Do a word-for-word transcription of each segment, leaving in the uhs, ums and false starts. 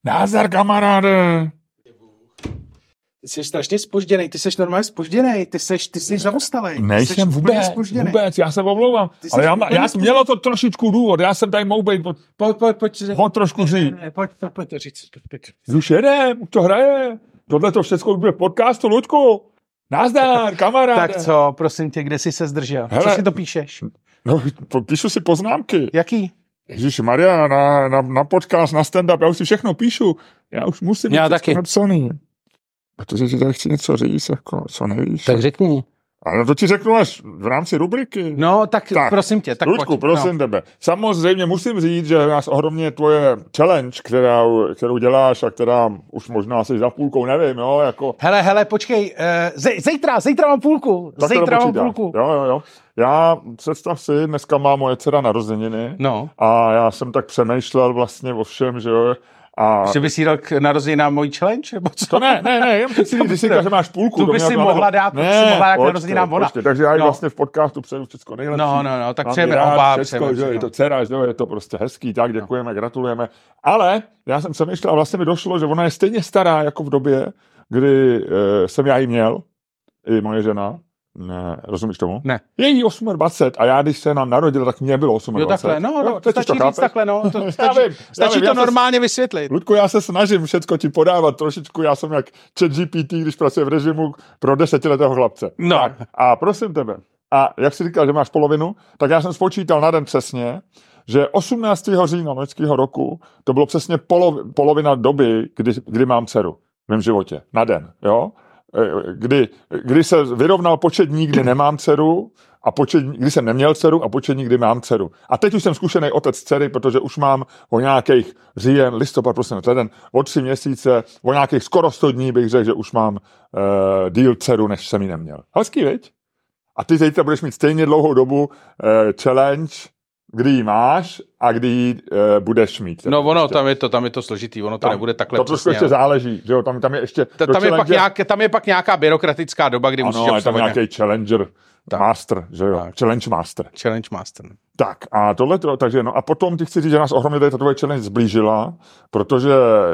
Nazdar, kamaráde. Ty jsi strašně zpožděnej, ty jsi normálně zpožděnej, ty jsi, ty jsi zaostalej. Nejsem vůbec, vůbec, já se omlouvám. Ale já, já mělo to trošičku důvod, já jsem tady mohl být pojď, pojď, pojď, pojď trošku říct. Ne, pojď, pojď, pojď to říct. Pojď. Už jedem, už to hraje. Tohle to všechno bude v podcastu, Luďku. Nazdar, kamaráde. Tak co, prosím tě, kde jsi se zdržel? Hele, co si to píšeš? No, píšu si poznámky. Jaký? Ježišmarja, na, na, na podcast, na stand-up, já už si všechno píšu. Já už musím já taky napsaný. Protože ti tady chci něco říct, jako, co nevíš. Tak řekni. Ale to ti řeknu až v rámci rubriky. No, tak, tak prosím tě. Tak Luďku, pojď. prosím no. tebe. Samozřejmě musím říct, že nás ohromně tvoje challenge, kterou, kterou děláš a která už možná asi za půlkou, nevím, jo, jako... Hele, hele, počkej, uh, zítra, zítra mám půlku. Tak zítra mám půlku. Jo, jo, jo. Já, představ si, dneska má moje dcera narozeniny. No. A já jsem tak přemýšlel vlastně o všem, že jo, a... Že bys jí dal narozeninám mojí challenge? Nebo co? To ne, ne, ne, jenom ty si když si říkáš, že máš půlku. Tu by si mohla dát, ne, si mohla dát narozeninám ona. Počkej, takže já no. vlastně v podcastu přeju všechno nejlepší. No, no, no, tak přejeme oba. Všechno, že je to dcera, že je to prostě hezký, tak děkujeme, no. gratulujeme. Ale já jsem přemýšlel a vlastně mi došlo, že ona je stejně stará jako v době, kdy e, jsem já jí měl, i moje žena. Ne, rozumíš tomu? Ne. Je jí dvacet osm a já, když se nám narodil, tak mě bylo osm. Jo, takhle, no, jo, to stačí to říct takhle, no. To stačí, já vím, stačí já to vím, normálně vysvětlit. Ludku, já se snažím všecko ti podávat trošičku, já jsem jak ChatGPT, když pracuje v režimu pro desetiletého chlapce. No. Tak, a prosím tebe, a jak jsi říkal, že máš polovinu, tak já jsem spočítal na den přesně, že osmnáctého října loňského roku to bylo přesně polov, polovina doby, kdy, kdy mám dceru v mém životě. Na den, jo? Kdy, kdy se vyrovnal počet dní, kdy nemám dceru, a počet, kdy jsem neměl dceru a počet dní, kdy mám dceru. A teď už jsem zkušený otec dcery, protože už mám o nějakých říjen, listopad, prosím, leden, o tři měsíce, o nějakých skoro sto dní bych řekl, že už mám uh, díl dceru, než jsem ji neměl. Hezký, viď? A ty zítra budeš mít stejně dlouhou dobu uh, challenge, kdy ji máš a kdy ji uh, budeš mít. No ono, tam je to, tam je to složitý, ono to tam, nebude takhle to trošku ještě záleží, že jo, tam, tam je ještě... Ta, tam, je pak nějak, tam je pak nějaká byrokratická doba, kdy ano, musíš obsahovat. Ano, je tam nějaký challenger, tak. master, že jo, tak. challenge master. Challenge master. Tak a tohle, takže no a potom ti chci říct, že nás ohromně tady tato challenge zblížila, protože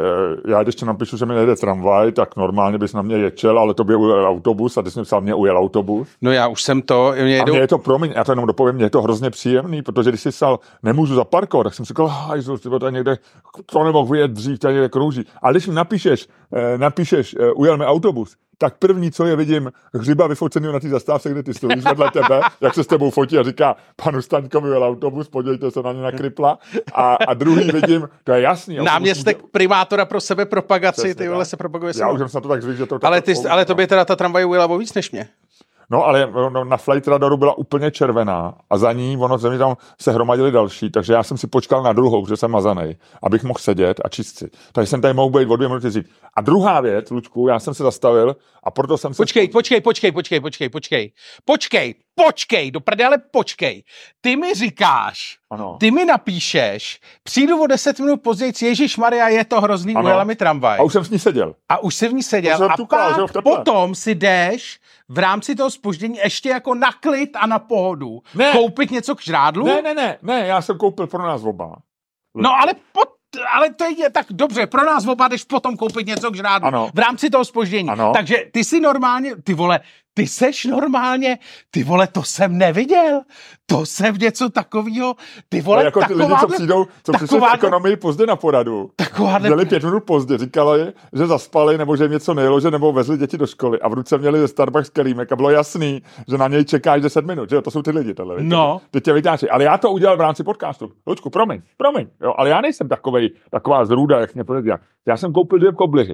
já když ti napíšu, že mi nejde tramvaj, tak normálně bys na mě ječel, ale to by ujel autobus a ty jsi mi psal, mě ujel autobus. No já už jsem to... Mě jedu... A mě je to, promiň, já to jenom dopovím, mě je to hrozně příjemný, protože když jsi psal, nemůžu zaparkovat, tak jsem si říkal, hajzl, ty to někde, to nemohl vyjet dřív, tady někde krouží. Ale když mi napíšeš, napíšeš, ujel mi autobus, tak první, co je, vidím Hřiba vyfocený na té zastávce, kde ty stojíš vedle tebe, jak se s tebou fotí a říká, panu Staňkovi jel autobus, podívejte se na ně na kripla. A, a druhý vidím, to je jasný. Náměstek může... primátora pro sebe propagaci, přesně, ty vole se propaguje Já už jsem se na to tak zvyk, že to... Ale, ty, ale tobě teda ta tramvaj ujela o víc než mě. No, ale no, na Flight Radaru byla úplně červená a za ní ono ze mě tam se hromadili další, takže já jsem si počkal na druhou, že jsem mazanej, abych mohl sedět a číst si. Takže jsem tady mohl být o dvě minuty říct. A druhá věc, Lučku, já jsem se zastavil a proto jsem se... Počkej, počkej, počkej, počkej, počkej, počkej, počkej, počkej, do prdele počkej. Ty mi říkáš, ano. Ty mi napíšeš, přijdu o deset minut později, ježišmarja, je to hrozný, ujela mi tramvaj. A už jsem s ní seděl. A už jsem v ní seděl a tukal, pak potom si jdeš v rámci toho zpoždění ještě jako na klid a na pohodu ne. koupit něco k žrádlu? Ne, ne, ne, ne, já jsem koupil pro nás oba. No ale pot, ale to je tak dobře, pro nás oba jdeš potom koupit něco k žrádlu ano. v rámci toho zpoždění. Ano. Takže ty si normálně, ty vole, ty seš normálně, ty vole, to jsem neviděl, to jsem něco takového, ty vole, no, jako ty lidi, co přijdou, co přišli v ekonomii pozdě na poradu, měli pět minut pozdě, říkali, že zaspali, nebo že jim něco nejelo, že nebo vezli děti do školy a v ruce měli ze Starbucks kelímek a bylo jasný, že na něj čekáš deset minut, že jo, to jsou ty lidi, tohle, no. ty tě vytáčí, ale já to udělal v rámci podcastu, Lučku, promiň, promiň, jo, ale já nejsem takovej, taková zrůda, jak mě pověděl. Já jsem koupil dvě koblihy.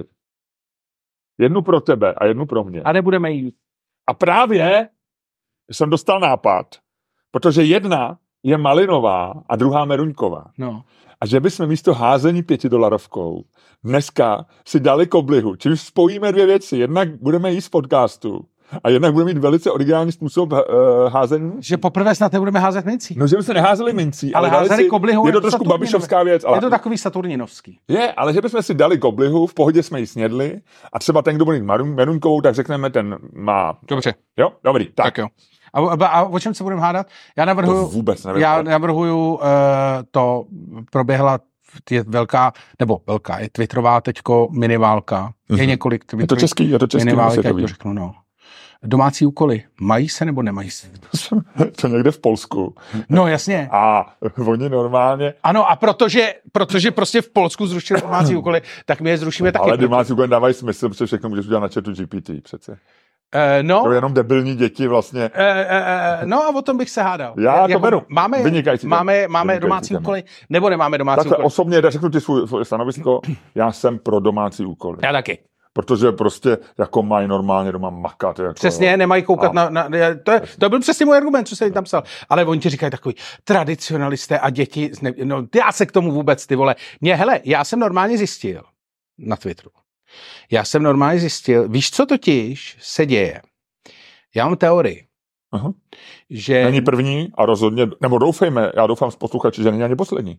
Jednu pro tebe a jednu pro mě. A nebudeme jít. A právě jsem dostal nápad, protože jedna je malinová a druhá meruňková. No. A že bychom místo házení pětidolarovkou dneska si dali koblihu, čímž spojíme dvě věci. Jednak budeme jíst z podcastu a jednak budeme mít velice originální způsob uh, házení. Že poprvé snad nebudeme házet mincí. No, že bychom neházeli mincí, ale, ale házeli si, koblihu. Je to trošku babišovská věc. Ale... Je to takový saturninovský. Je, ale že bychom si dali koblihu, v pohodě jsme ji snědli a třeba ten, kdo bude mít meruňkovou, tak řekneme, ten má... Dobře. Jo, dobrý, tak. tak jo. A, a, a o čem se budeme hádat? Já navrhuju, to vůbec nevím. Já navrhuju, uh, to proběhla je velká, nebo velká, je twitterová teďko miniválka. Je mm-hmm. několik twitterových Je to český, je to český miniválek, jak to řeknu, no. Domácí úkoly, mají se nebo nemají se? To někde v Polsku. No jasně. A oni normálně... Ano, a protože, protože prostě v Polsku zrušili domácí úkoly, tak my je zrušíme taky. Ale domácí úkoly dávají smysl, protože všechno můžeš udělat na chatu G P T přece. Uh, no. To je jenom debilní děti vlastně. Uh, uh, uh, no a o tom bych se hádal. Já jako, to beru. Máme, Vynikající. máme, máme Vynikající domácí téma. úkoly, nebo nemáme domácí Takhle úkoly? osobně, já řeknu ti svůj, svůj stanovisko, já jsem pro domácí úkoly. Já taky. Protože prostě jako mají normálně doma makat. Jako, přesně, nemají koukat a... na... na to, je, to byl přesně můj argument, co jsem tam psal. Ale oni ti říkají takový tradicionalisté a děti... No, já se k tomu vůbec, ty vole. Mě, hele, já jsem normálně zjistil na Twitteru. Já jsem normálně zjistil, víš, co totiž se děje? Já mám teorii. Aha. Že... Není první a rozhodně, nebo doufejme, já doufám s posluchači, že není ani poslední.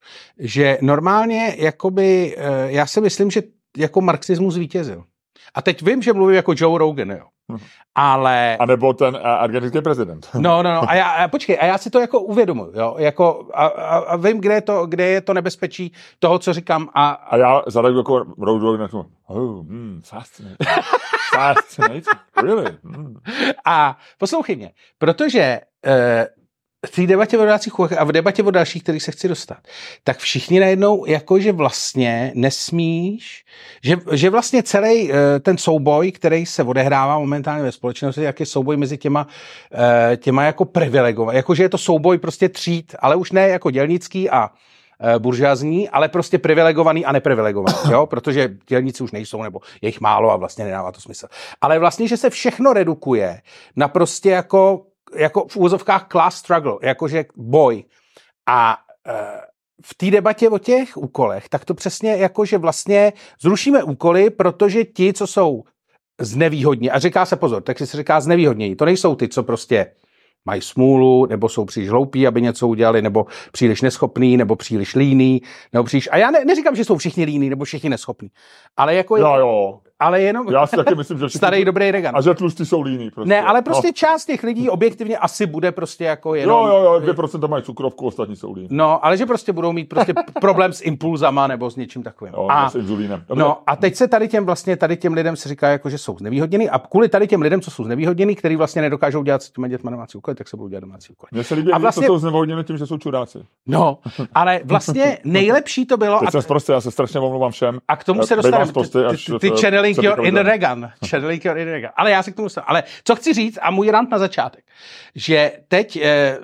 Že normálně, jakoby, já si myslím, že jako marxismus zvítězil. A teď vím, že mluvím jako Joe Rogan, jo. Hmm. Ale... A nebo ten argentinský prezident. No, no, no. A já, a počkej, a já si to jako uvědomuji, jo. Jako, a, a, a vím, kde je, to, kde je to nebezpečí toho, co říkám. A, a já zareaguji jako Joe Rogan, oh, mm, fascinating. Fascinating, really. Mm. A poslouchej mě, protože... Uh, v té debatě o domácích úkolech a v debatě o dalších, kterých se chci dostat, tak všichni najednou, jakože vlastně nesmíš, že, že vlastně celý ten souboj, který se odehrává momentálně ve společnosti, jak je souboj mezi těma, těma jako privilegovanými, jakože je to souboj prostě tříd, ale už ne jako dělnický a buržoazní, ale prostě privilegovaný a neprivilegovaný, jo, protože dělníci už nejsou, nebo je jich málo a vlastně nedává to smysl. Ale vlastně, že se všechno redukuje na prostě jako jako v úvozovkách class struggle, jakože boj. A e, v té debatě o těch úkolech, tak to přesně jakože vlastně zrušíme úkoly, protože ti, co jsou znevýhodně, a říká se pozor, tak si se říká znevýhodnění, to nejsou ty, co prostě mají smůlu, nebo jsou příliš hloupí, aby něco udělali, nebo příliš neschopný, nebo příliš líný, nebo příliš... A já ne, neříkám, že jsou všichni líní, nebo všichni neschopní. Ale jako... Jo, jo. Ale jenom... Já si taky myslím, že všichni... Starý dobrý Reagan. A že tlustí jsou líní. Prostě. Ne, ale prostě no. Část těch lidí objektivně asi bude prostě jako jenom... Jo, jo, jo, dvě procenta mají cukrovku, ostatní jsou líní. No, ale že prostě budou mít prostě problém s impulzama nebo s něčím takovým. Jo, a, s inzulínem. No, a teď se tady těm vlastně, tady těm lidem se říká, jako, že jsou znevýhodněný a kvůli tady těm lidem, co jsou znevýhodněný, který vlastně nedokážou dělat s těmi dětmi domácí úkoly, tak se budou dělat domácí úkoly. Mně se líbí, a vlastně... jsou znevýhodnění tím, že jsou čuráci. No, ale vlastně nejlepší to bylo... Teď jsem prostě, já se strašně omlouvám všem. A k tomu se dostaneme. Ty channeling your inner Reagan. Channeling your inner Reagan. Ale já se k tomu dostanu. Ale co chci říct, a můj rant na začátek, že teď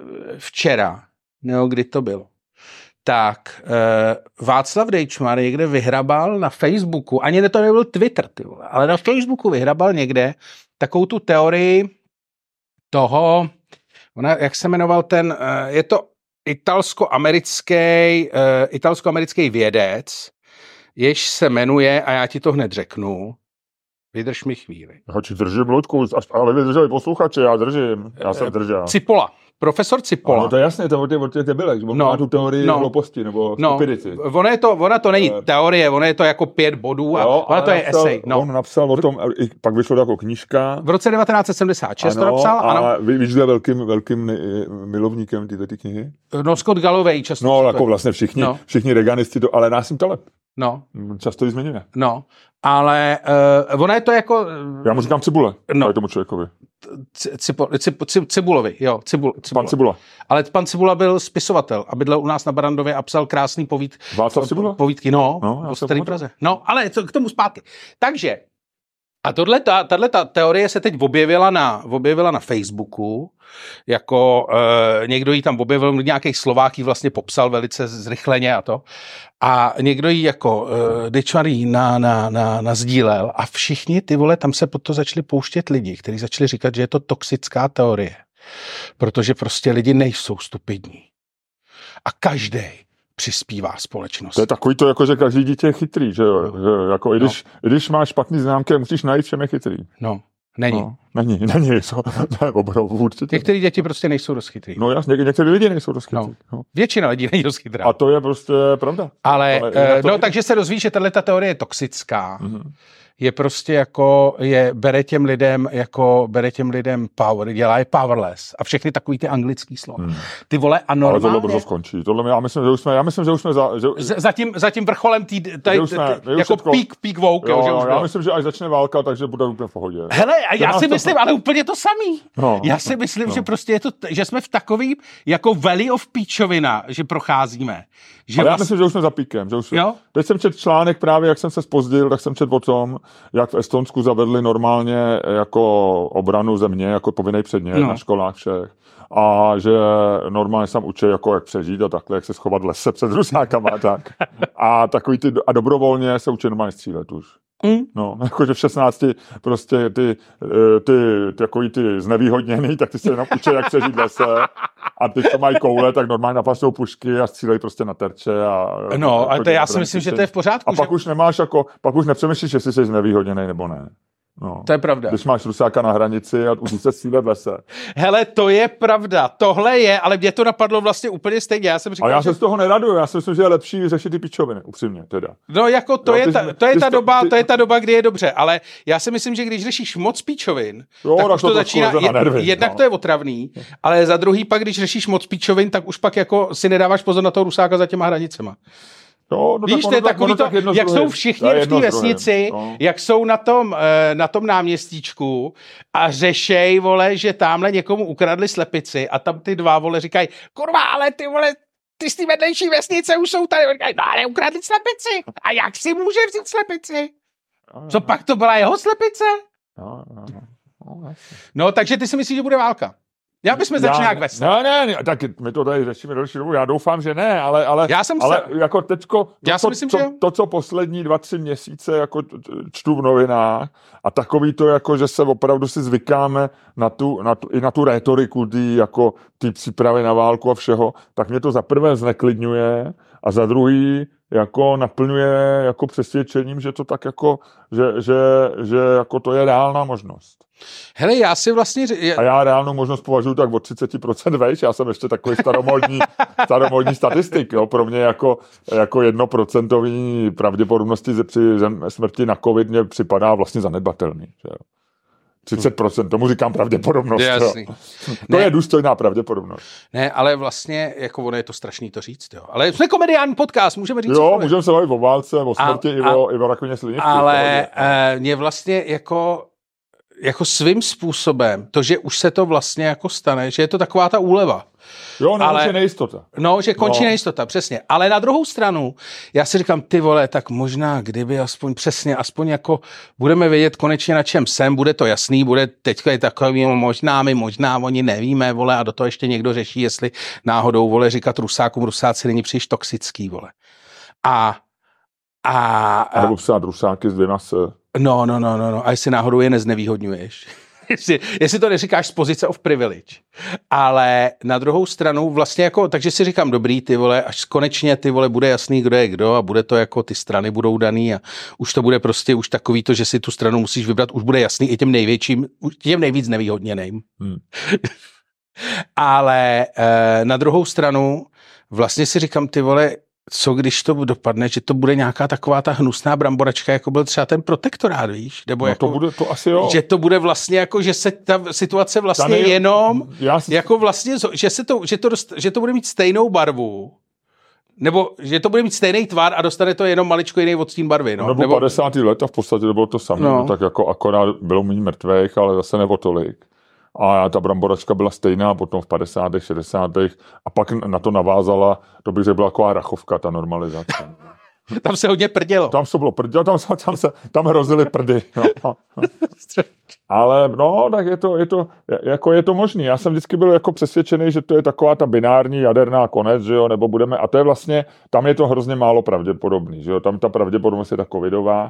včera, no, kdy to bylo, tak Václav Dejčmar někde vyhrabal na Facebooku, ani to nebyl Twitter, ty vole, ale na Facebooku vyhrabal někde takovou tu teorii toho, ona, jak se jmenoval ten, je to italsko-americký, italsko-americký vědec, jež se jmenuje, a já ti to hned řeknu, vydrž mi chvíli. Hoči, držím loďku, ale vy drželi posluchače, já držím, já jsem držel. Cipolla, profesor Cipolla. No to je jasné, to je od těch debelek, že no, má tu teorii no, hlouposti, nebo no, stupidity. Ono, je to, ono to není teorie, ono je to jako pět bodů a jo, ono to je esej. No. On napsal o tom, pak vyšlo jako knížka. V roce devatenáct set sedmdesát šest ano, to napsal. A ano. Víš, je velkým, velkým milovníkem této knihy? No, Scott Galloway často. No, jako vlastně všichni, no. všichni reganisti, to, ale Nassim Taleb. No. Často ji zmiňuje. No, ale uh, ono je to jako... Uh, Já mu říkám Cibule, no. tomu člověkovi. Cipo, cip, cip, cibulovi, jo, Cibul, Cibula. Pan Cibula. Ale pan Cibula byl spisovatel a bydlel u nás na Barandově a psal krásný povíd, Václav Cibula? povídky, no, no o starý Praze. No, ale co, k tomu zpátky. Takže, a tato teorie se teď objevila na, objevila na Facebooku, jako e, někdo ji tam objevil, v nějakých Slovách ji vlastně popsal velice zrychleně a to. A někdo ji jako e, Dejčmar na, na, na, nazdílel a všichni ty vole, tam se pod to začali pouštět lidi, kteří začali říkat, že je to toxická teorie. Protože prostě lidi nejsou stupidní. A každej přispívá společnost. To je takový to, jako že každý dítě je chytrý, že jo? Že jako, i, když, no. i když máš špatný známky, musíš najít, všem je chytrý. No, není. No. Není, není, jsou, to je opravdu určitě. Některé děti prostě nejsou dost chytrý. No jasně, některé lidi nejsou dost chytrý. No. Většina lidí není dost chytrá. A to je prostě pravda. Ale, Ale uh, no, takže se dozví, že tato teorie je toxická. Mm-hmm. Je prostě jako, je, bere těm lidem, jako, bere těm lidem power, dělá je powerless a všechny takový ty anglický slova. Hmm. Ty vole a normálně... Ale tohle brzo skončí. Tohle já myslím, že už jsme, já myslím, že už jsme za... Že... Z, za, tím, za tím vrcholem tý, tady, jsme, jako všetko... peak, peak woke. Jo, jo, že jo, už já bylo. myslím, že až začne válka, takže bude úplně v pohodě. Hele, já si myslím, to... ale úplně to samý. No, já si myslím, no. že prostě je to, že jsme v takovým jako valley of píčovina, že procházíme. Že ale vlast... já myslím, že už jsme za píkem. Že už... Jo? Teď jsem četl článek právě, jak jsem se zpozdil, tak jsem četl o tom, jak v Estonsku zavedli normálně jako obranu země, jako povinný předmět no. na školách všech. A že normálně jsem učil, jako jak přežít a takhle, jak se schovat v lese před Rusákama a tak. A takový ty, a dobrovolně se učí normálně střílet už. Mm. No, jakože v šestnácti prostě ty, ty, ty takový ty znevýhodněný, tak ty se jenom učí, jak přežít v lese. A ty, co mají koule, tak normálně napasnou pušky a střílejí prostě na terče. A, no, a to já si myslím, že to je v pořádku. A že... pak už nemáš jako, pak už nepřemýšlíš, jestli jsi znevýhodněný nebo ne. No. To je pravda. Když máš Rusáka na hranici a už se střílet v lese. Hele, to je pravda. Tohle je, ale mě to napadlo vlastně úplně stejně. Já jsem říkal, ale já že... se z toho neraduju. Já si myslím, že je lepší řešit ty pičoviny, upřímně teda. No jako to, jo, je, ty, ta, to je ta ty, doba, ty... to je ta doba, kdy je dobře, ale já si myslím, že když řešíš moc píčovin, jo, tak už to, to začíná, je, nervy, jednak no. to je otravný, ale za druhý pak, když řešíš moc píčovin, tak už pak jako si nedáváš pozor na toho Rusáka za těma hranicema. No, no, víš, to je takový to, jak jsou všichni v té vesnici, no. jak jsou na tom, na tom náměstíčku a řešej, vole, že tamhle někomu ukradli slepici a tam ty dva, vole, říkají, kurva, ale ty, vole, ty z té vedlejší vesnice už jsou tady. Říkají, no ale ukradli slepici. A jak si může vzít slepici? Co pak to byla jeho slepice? No, no, no. No, takže ty si myslíš, že bude válka? Já bychom začali nějak vesnit. Ne, ne, ne, tak my to tady řešíme další dobu. Já doufám, že ne, ale, ale, já jsem ale se... jako teďko, Já to, myslím, to, že... to, co poslední dva, tři měsíce jako čtu v novinách a takový to, jako, že se opravdu si zvykáme na tu, na tu, i na tu rétoriku, ty, jako, ty přípravy na válku a všeho, tak mě to za prvé zneklidňuje a za druhý jako naplňuje jako přesvědčením, že to tak jako, že, že, že jako to je reálná možnost. Hele, já si vlastně... A já reálnou možnost považuji tak o třicet procent vejš, já jsem ještě takový staromódní, staromódní statistik, jo. Pro mě jako, jako jednoprocentový pravděpodobnosti při smrti na covid mě připadá vlastně zanedbatelný, že jo. třicet procent, tomu říkám pravděpodobnost. Jasný. To ne, je důstojná pravděpodobnost. Ne, ale vlastně, jako ono je to strašný to říct, jo. Ale jsme komediální podcast, můžeme říct. Jo, můžeme se bavit o válce, o smrti a, i, a, o, i o rakovině slinivky. Ale uh, mě vlastně jako, jako svým způsobem, to, že už se to vlastně jako stane, že je to taková ta úleva. Jo, no, ale, že nejistota. No, že končí no. nejistota, přesně. Ale na druhou stranu, já si říkám, ty vole, tak možná, kdyby aspoň přesně, aspoň jako budeme vědět konečně na čem jsem, bude to jasný, bude teďka je takový, možná my, možná oni nevíme, vole, a do toho ještě někdo řeší, jestli náhodou, vole, říkat Rusákům, Rusáci není příliš toxický, vole. A a... A nebo psát Rusáky z dvěma se... No, no, no, no, no, a jestli náhodou je neznevýhodňuješ. Jestli, jestli to neříkáš z pozice of privilege. Ale na druhou stranu vlastně jako, takže si říkám, dobrý, ty vole, až konečně ty vole bude jasný, kdo je kdo a bude to jako ty strany budou daný a už to bude prostě už takový to, že si tu stranu musíš vybrat, už bude jasný i těm největším, těm nejvíc nevýhodněným. Hmm. Ale eh, na druhou stranu vlastně si říkám, ty vole, co když to dopadne, že to bude nějaká taková ta hnusná bramboračka, jako byl třeba ten protektorát, víš? Nebo no jako, to bude, to asi jo. Že to bude vlastně jako, že se ta situace vlastně nej... jenom, si... jako vlastně, že, se to, že, to dost, že to bude mít stejnou barvu, nebo že to bude mít stejný tvar a dostane to jenom maličko jiný odstín barvy. No? Nebo, nebo padesátá let a v podstatě to bylo to samé, no. Tak jako akorát bylo méně mrtvých, ale zase nebo tolik. A ta bramboračka byla stejná potom v padesátých, šedesátých a pak na to navázala, to bych řekl, byla taková rachovka, ta normalizace. Tam se hodně prdělo. Tam se bylo prdělo, tam, tam, se, tam hrozily prdy. No. Ale no, tak je to, je to, jako je to možný. Já jsem vždycky byl jako přesvědčený, že to je taková ta binární jaderná konec, že jo, nebo budeme, a to je vlastně, tam je to hrozně málo pravděpodobný, že jo, tam ta pravděpodobnost je ta covidová.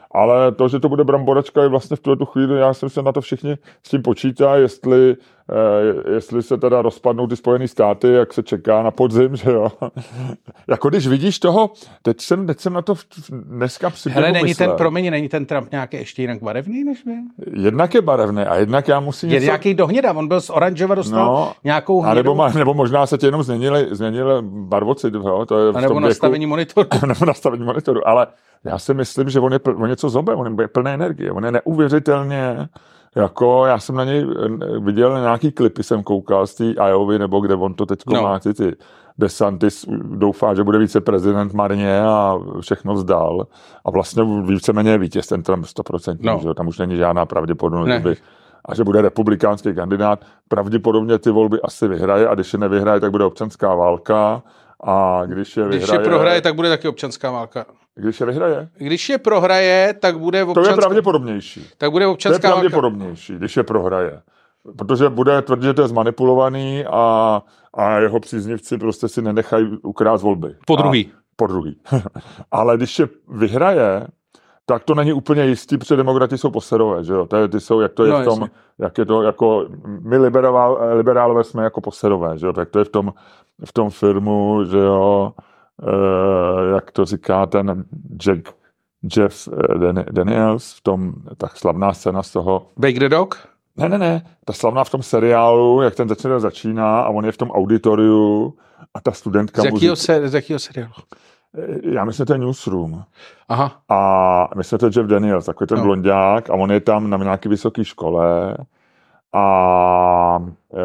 Ale to, že to bude bramboračka, je vlastně v tuhle chvíli, já jsem se na to všichni s tím počítá, jestli, eh, jestli se teda rozpadnou ty Spojené státy, jak se čeká na podzim, že jo. Jako když vidíš toho, teď jsem, teď jsem na to dneska přiběhu Hele, není myslel. ten, promiň, není ten Trump nějaký ještě jinak barevný než my? Jednak je barevný a jednak já musím Je něco... nějaký dohněda, on byl z oranžova, dostal no, nějakou hnědou... Nebo, má, nebo možná se ti jenom změnili, změnili barvocit, jo, to je a nebo nastavení věku, monitoru. nebo nastavení monitoru, ale já si myslím, že on je pl, on něco zobe, on je plný energie, on je neuvěřitelně, jako já jsem na něj viděl nějaký klipy, jsem koukal z té Iovy, nebo kde on to teďko no. má, ty, ty DeSantis doufá, že bude viceprezident marně a všechno vzdal a vlastně víceméně je vítěz ten Trump sto procent, no. že tam už není žádná pravděpodobnost, ne. a že bude republikánský kandidát, pravděpodobně ty volby asi vyhraje a když je nevyhraje, tak bude občanská válka a když je vyhraje... Když je prohraje, tak bude taky občanská válka. Když je vyhraje? Když je prohraje, tak bude občanská... To je pravděpodobnější. Tak bude občanská válka. To je pravděpodobnější, válka. Když je prohraje. Protože bude tvrdit, že to je zmanipulovaný a, a jeho příznivci prostě si nenechají ukrást volby. Po druhý. A, po druhý. Ale když je vyhraje, tak to není úplně jistý, protože demokrati jsou poserové, že jo? To ty jsou, jak to je no, v tom, jasně. jak je to jako, my liberál, liberálové jsme jako poserové, že jo? Tak to je v tom, v tom filmu, že jo, e, jak to říká ten Jack, Jeff Daniels, v tom, tak slavná scéna z toho. Bake the Dog? Ne, ne, ne, ta slavná v tom seriálu, jak ten začíná začíná a on je v tom auditoriu a ta studentka... Z jakého, se, z jakého seriálu? Já myslím, že to je Newsroom. Aha. A myslím, že to je Jeff Daniels, takový ten no. blondák a on je tam na nějaké vysoké škole a, e,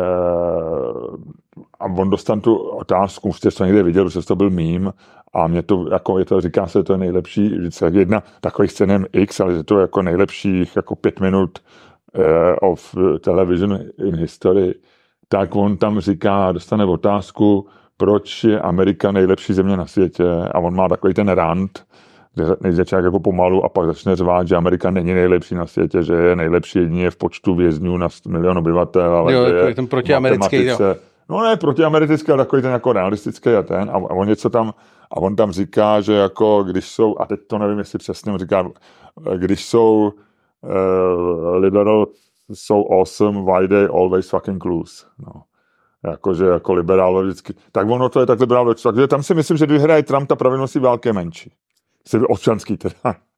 a on dostal tu otázku, už jste to někde viděl, že to byl mím a mě to, jako je to, říká se, to je nejlepší, vždycky jedna takových scén X, ale je to jako nejlepších jako pět minut uh, of television in history, tak on tam říká, dostane otázku, proč je Amerika nejlepší země na světě a on má takový ten rant, kde začne jako pomalu a pak začne řvát, že Amerika není nejlepší na světě, že je nejlepší jedině v počtu vězňů na milion obyvatel, ale jo, je ten protiamerický, jo. No ne, protiamerický, ale takový ten jako realistický a ten a, a on něco tam a on tam říká, že jako když jsou, a teď to nevím, jestli přesně, on říká, když jsou uh, liberal so awesome, why they always fucking lose, no. Jakože jako liberál vždycky. Tak ono to je tak liberál. Takže tam si myslím, že když hraje Trump, ta pravidelnost války je menší. Si občanský teda.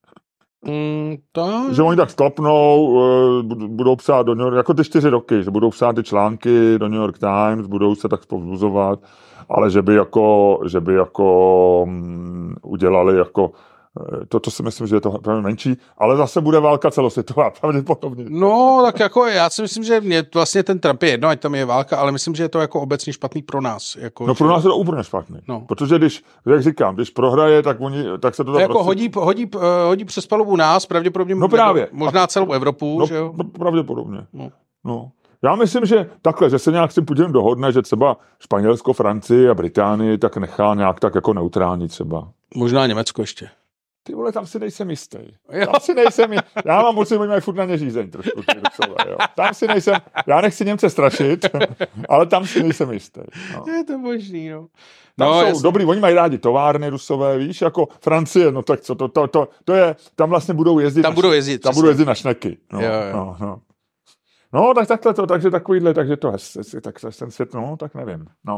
Mm, to... Že oni tak sklapnou, budou psát do New York, jako ty čtyři roky, že budou psát ty články do New York Times, budou se tak povzbuzovat, ale že by jako, že by jako um, udělali jako to, to si myslím, že je to právě menší, ale zase bude válka celosvětová, pravděpodobně. No, tak jako já si myslím, že mě vlastně ten Trump je jedno, ať tam je válka, ale myslím, že je to jako obecně špatný pro nás. Jako, no pro nás je to úplně špatný. No. Protože když, jak říkám, když prohraje, tak, oni, tak se to... Jako prostě... hodí, hodí, hodí přes palubu nás, pravděpodobně no právě. možná celou Evropu, no, že jo? No pravděpodobně. No. no. Já myslím, že takhle, že se nějak s tím Putin dohodne, že třeba Španělsko, Francii a Británii tak nechá nějak tak jako neutrální třeba. Možná Německo ještě. Ty vole, tam si nejsem jistý. Tam si nejsem jistý. Já mám pocit, že oni mají furt na ně řízeň trošku. Docela, jo. Tam si nejsem, já nechci Němce strašit, ale tam si nejsem jistý. No. Je to možný, no. Tam no, jsou jasný. dobrý, oni mají rádi továrny Rusové, víš, jako Francie, no tak co, to, to, to, to je, tam vlastně budou jezdit. Tam na, budou jezdit. Tam budou jezdit na šneky. No, jo, jo. no, no. No, tak takhle to, takže takovýhle, takže to je, tak ten svět, no, tak nevím, no.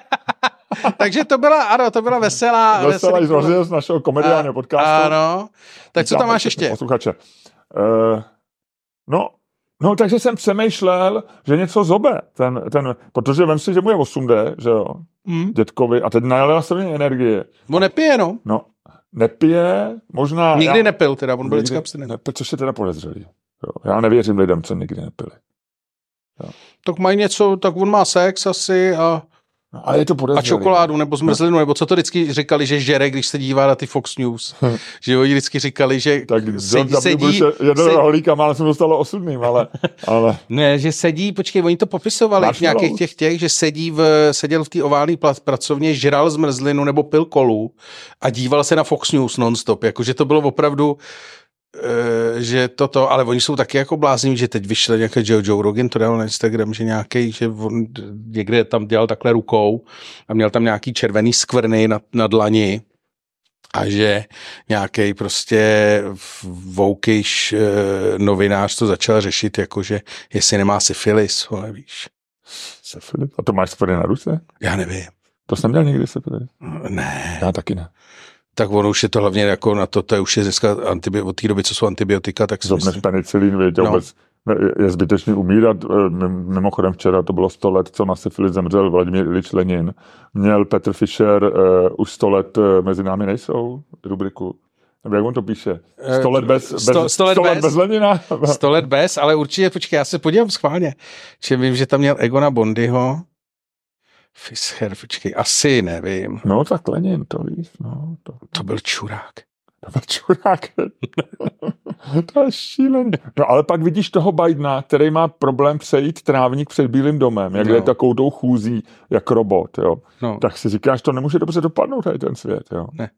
Takže to byla, ano, to byla veselá... Veselá veselá z našeho komediálního podcastu. Ano. Tak co tam máš ještě? Posluchače. Uh, no, no, takže jsem přemýšlel, že něco zobe. Ten, ten, protože vem si, že mu je osmdesát, že jo, mm. dětkovi, a teď najela se mě energie. On nepije, no. No, nepije, možná... Nikdy já, nepil, teda, on byl vždycky abstinent. Nepil, což je teda podezřelý. Jo, já nevěřím lidem, co nikdy nepili. Jo. Tak mají něco, tak on má sex asi a... No, ale je to podezřelý. A čokoládu nebo zmrzlinu, no. Nebo co to vždycky říkali, že žere, když se dívá na ty Fox News. Že oni vždycky říkali, že tak sedí... sedí jednoho rohlíka málo jsem dostalo osudným, ale, ale... Ne, že sedí, počkej, oni to popisovali Máš v nějakých těch těch, že sedí v, seděl v té oválné pracovně, žral zmrzlinu nebo pil kolu a díval se na Fox News non-stop. Jakože to bylo opravdu... Uh, že toto, ale oni jsou taky jako blázni, že teď vyšel nějaký Joe, Joe Rogan, to dal na Instagram, že nějaký, že on někde tam dělal takhle rukou a měl tam nějaký červený skvrny na, na dlani a že nějaký prostě voukyš e, novinář to začal řešit, jakože jestli nemá syfilis, vole, víš. Syfilis? A to máš spory na ruce? Já nevím. To jsem měl někdy syfilis? Ne. Já taky ne. Tak ono už je to hlavně jako na to, to je už je dneska antibi- od té doby, co jsou antibiotika, tak si myslím. Penicilín, věděl, no. Vůbec je zbytečný umírat. Mimochodem včera to bylo sto let, co na syfilis zemřel Vladimír Ilič Lenin. Měl Petr Fischer uh, už sto let uh, mezi námi nejsou rubriku. Nebo jak on to píše? Sto let bez, bez, sto, sto let sto let bez, bez Lenina? Sto let bez, ale určitě, počkej, já se podívám schválně. Či vím, že tam měl Egona Bondyho. Fischer, počkej, asi nevím. No tak Lenin, to víš. No, to... to byl čurák. To byl čurák. To je šílený. No ale pak vidíš toho Bidena, který má problém přejít trávník před Bílým domem, jak no. je takovou tou chůzí, jak robot, jo. No. Tak si říkáš, to nemůže dobře dopadnout tady ten svět, jo. Ne.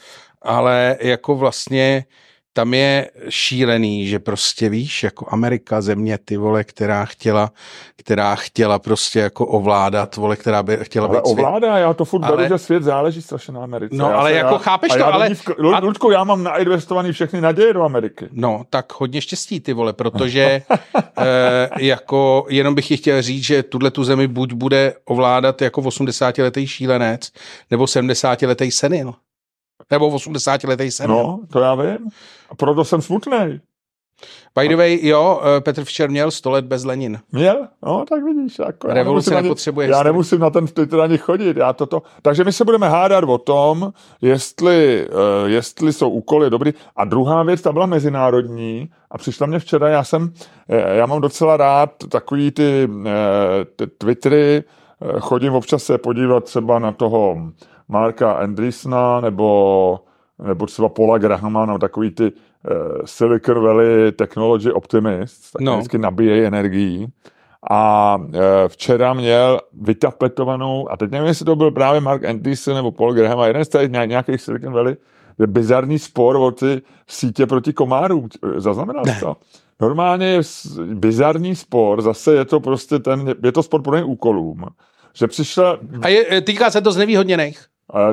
Ale jako vlastně tam je šílený, že prostě víš, jako Amerika, země, ty vole, která chtěla, která chtěla prostě jako ovládat, vole, která by chtěla ale být svět. ovládá, já to furt ale... beru, že svět záleží strašně na Americe. No, já ale se, jako já, chápeš to, já ale... V... Ludku, já mám nainvestovaný všechny naděje do Ameriky. No, tak hodně štěstí, ty vole, protože eh, jako jenom bych ti chtěl říct, že tuhle tu zemi buď bude ovládat jako osmdesátiletý šílenec, nebo sedmdesátiletý senil. Nebo osmdesátiletý senil. No, to já vím. A proto jsem smutnej. By the way, jo, Petr Fischer měl sto let bez Lenin. Měl? No, tak vidíš. Jako, revoluce nepotřebuje. Já nemusím na ten Twitter ani chodit. Já toto. Takže my se budeme hádat o tom, jestli, uh, jestli jsou úkoly dobrý. A druhá věc, ta byla mezinárodní a přišla mě včera, já jsem, já mám docela rád takový ty, uh, ty Twittery, uh, chodím občas se podívat třeba na toho Marka Andreessena nebo, nebo třeba Paula Grahama, nebo takový ty uh, Silicon Valley Technology Optimist, tak no. vždycky nabíjejí energií. A uh, včera měl vytapetovanou, a teď nevím, jestli to byl právě Mark Andreessen nebo Paul Graham, a jeden z těch nějakých Silicon Valley, je bizarní spor o ty sítě proti komárům. Zaznamenal jsi to? Normálně je bizarní spor, zase je to prostě ten, je to spor proti úkolům. Že přišla... A je, týká se to znevýhodněných?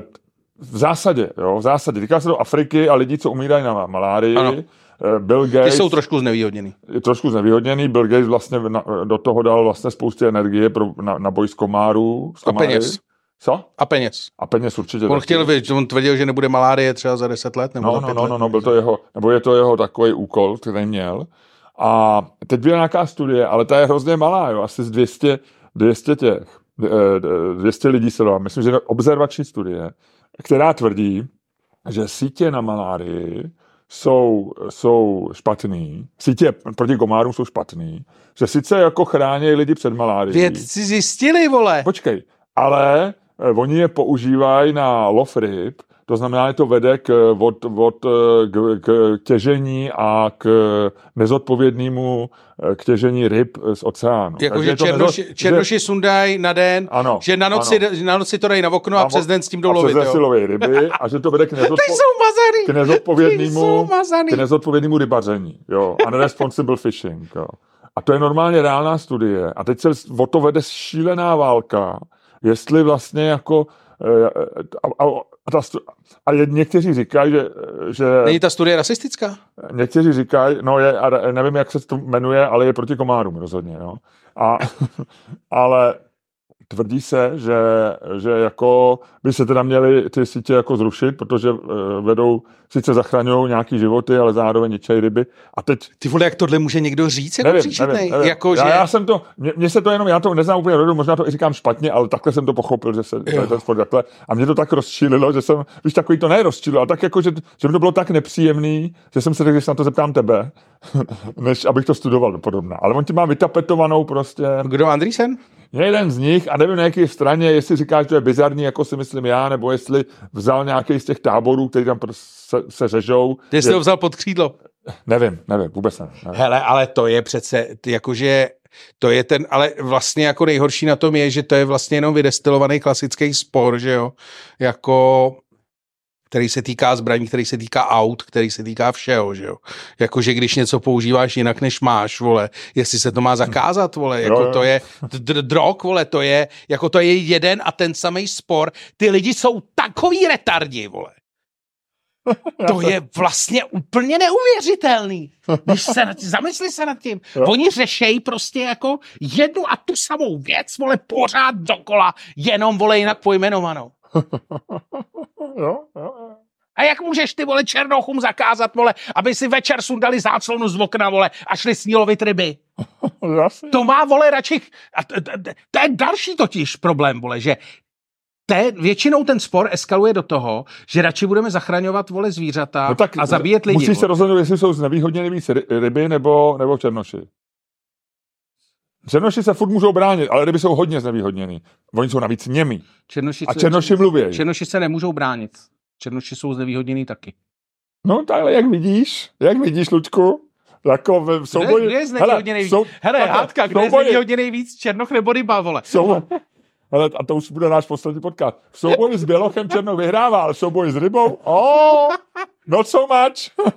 V zásadě, jo, v zásadě. Týká se to Afriky a lidí, co umírají na malárii. Ano. Bill Gates... Ty jsou trošku znevýhodněný. Je trošku znevýhodněný. Bill Gates vlastně na, do toho dal vlastně spousty energie pro, na, na boj s komárů. S a peněz. Co? A peněz. A peněz určitě. On taky. chtěl, on tvrdil, že nebude malárie třeba za deset let, nebo no, za no, pět no, let. No, no, byl to jeho, nebo je to jeho takový úkol, který měl. A teď byla nějaká studie, ale ta je hrozně malá, jo, asi z dvě stě, dvě stě těch. dvě stě lidí se dá. Myslím, že je observační studie, která tvrdí, že sítě na malárii jsou, jsou špatný, sítě proti komárům jsou špatný, že sice jako chrání lidi před malárií. Vědci zjistili, vole. Počkej, ale oni je používají na lov ryb, to znamená, že to vede k, od, od, k, k těžení a k nezodpovědnému k těžení ryb z oceánu. Jakože černoši, nezod... černoši že... sundají na den, ano, že na noci, na noci to dají na okno a, a přes den s tím jdou lovit. A přes den si ryby a že to vede k, nezodpo... k nezodpovědnému, k nezodpovědnému rybaření. Jo, unresponsible fishing. Jo. A to je normálně reálná studie. A teď se o to vede šílená válka, jestli vlastně jako a, a, a, ta, a někteří říkají, že, že... Není ta studie rasistická? Někteří říkají, no je, a nevím, jak se to jmenuje, ale je proti komárům rozhodně, no. A, ale tvrdí se, že, že jako by se teda měly ty sítě jako zrušit, protože vedou, sice zachraňují nějaký životy, ale zároveň ničejí ryby. A teď... Ty vole, jak tohle může někdo říct? Jako nevím, nevím, nevím. Jako, já, že... já jsem to, mě, mě se to jenom, já to neznám úplně rodu, možná to i říkám špatně, ale takhle jsem to pochopil, že se že ten sport takhle. A mě to tak rozčílilo, že jsem, víš, takový to ne rozčílilo, ale tak jako, že, že mi to bylo tak nepříjemný, že jsem se řekl, že se na to zeptám tebe, než abych to studoval podobná. Ale on ti má vytapetovanou prostě. Kdo, Andreessen? Jeden z nich, a nevím na jaké straně, jestli říkáš, že to je bizarní, jako si myslím já, nebo jestli vzal nějaký z těch táborů, který tam se, se řežou. Jestli je... ho vzal pod křídlo. Nevím, nevím, vůbec nevím, nevím. Hele, ale to je přece, jakože, to je ten, ale vlastně jako nejhorší na tom je, že to je vlastně jenom vydestilovaný klasický spor, že jo, jako... který se týká zbraní, který se týká aut, který se týká všeho, že jo. Jakože když něco používáš jinak, než máš, vole, jestli se to má zakázat, vole, jako to je d- drog, vole, to je, jako to je jeden a ten samý spor. Ty lidi jsou takový retardi, vole. To je vlastně úplně neuvěřitelný. Když se nad tím, zamysli se nad tím. Jo. Oni řešejí prostě jako jednu a tu samou věc, vole, pořád dokola, jenom, vole, jinak pojmenovanou. Jo, jo, jo. A jak můžeš ty, vole, černochům zakázat, vole, aby si večer sundali záclonu z okna, vole, a šli snílovit ryby? To má, vole, radši... A to, to, to je další totiž problém, vole, že te, většinou ten spor eskaluje do toho, že radši budeme zachraňovat, vole, zvířata no tak, a zabíjet lidi. Musíš se rozhodnout, jestli jsou znevýhodněny víc ryby nebo, nebo černoši. Černoši se furt můžou bránit, ale ryby jsou hodně znevýhodněny. Oni jsou navíc němí. Černoši a černoši mluví. Černoši se nemůžou bránit. Černoši jsou znevýhodněný taky. No takhle, jak vidíš, jak vidíš, Luďku, jako v souboji... Kdo je znevýhodněný víc? Hele, hádka, kdo je znevýhodněný víc, černoch nebo ryba, vole? Souboj. Hele, a to už bude náš poslední podcast. V souboji s bělochem černoch vyhrává, ale v souboji s rybou, oh, not so much.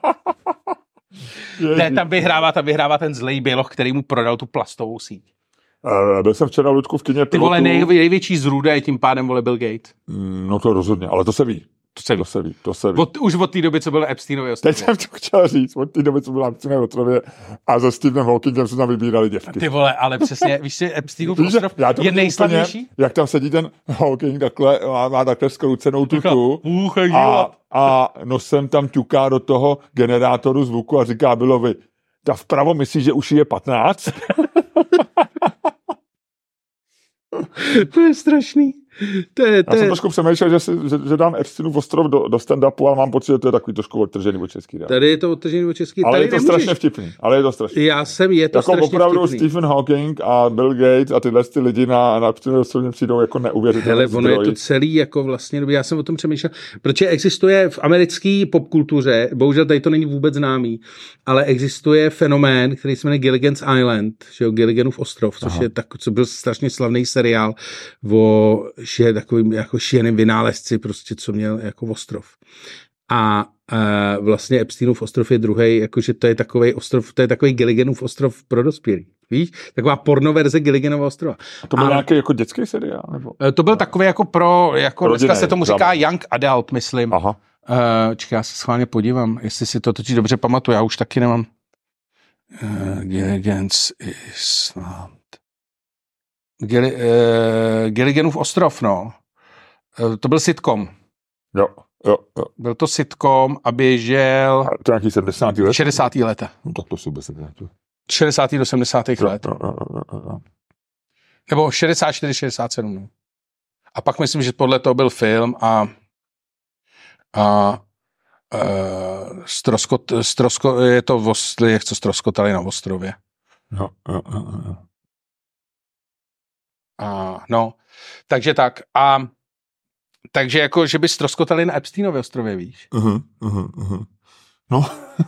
Ne, tam vyhrává, tam vyhrává ten zlej běloch, který mu prodal tu plastovou síť. Uh, byl jsem včera, Luďku, v kině Ty vole, nej, největší zrůda je tím pádem, vole, Bill Gates. Mm, no to rozhodně, ale to se ví. To se ví. To se ví, to se ví. Od, už od té doby, co byl Epsteinově ostrově. Teď jsem to chtěl říct, od té doby, co byl Epsteinově ostrově a za Stevenem Hawkingem se tam vybírali děvky. Ty vole, ale přesně, víš si, Epsteinův ostrov je nejslavnější? Jak tam sedí ten Hawking, takhle, má, má takhle skroucenou tutu a, a nosem tam ťuká do toho generátoru zvuku a říká Billovi, ta vpravo myslí, že už je patnáct? To je strašný. To je, to Já je... jsem trošku přemýšlel, že, si, že, že dám Epsteinův ostrov do, do stand-upu, ale mám pocit, že to je takový trošku odtržený od český. Tady je to odtržený od český. Ale tady je to nemůžeš... strašně vtipný. Ale je to strašně. Já jsem, je to jako strašně opravdu vtipný. Stephen Hawking a Bill Gates a tyhle ty lidi na, na Epsteinově ostrově přijdou jako neuvěřitelný. Hele, ono je to celý jako vlastně, já jsem o tom přemýšlel, protože existuje v americké popkultuře, bohužel tady to není vůbec známý, ale existuje fenomén, který se jmenuje Gilligan's Island, že jo, Gilliganův ostrov, což Aha. je tak, co byl strašně slavný seriál o že takovým jako šíleným vynálezci, prostě, co měl jako ostrov. A e, vlastně Epsteinův ostrov je druhý, jakože to je takový ostrov, to je takový Gilliganův ostrov pro dospělý. Víš? Taková pornoverze Gilliganova ostrova. A to byl a, nějaký jako dětský seriál? Nebo? To byl takový jako pro, jako Rodinný, dneska se tomu říká zároveň. young adult, myslím. Aha. Uh, čekaj, já se schválně podívám, jestli si to totiž dobře pamatuju, já už taky nemám. Uh, Gilligan's Island. Gilli, uh, Gilliganův ostrov, no. Uh, to byl sitcom. Jo, jo, jo. Byl to sitcom a běžel... A to nějaký sedmdesátých let? šedesátých let. No tak to si vůbec nepamatuju. šedesátých do sedmdesátých let. Jo, jo, jo, jo. Nebo šedesát čtyři šedesát sedm. No. A pak myslím, že podle toho byl film a a uh, stroskot, strosko, je to vostli, jak co stroskotali na ostrově. Jo, jo, jo, jo. A, no, takže tak. A takže jako, že by stroskotali na Epsteinově ostrově, víš? Uh-huh, uh-huh, uh-huh. No.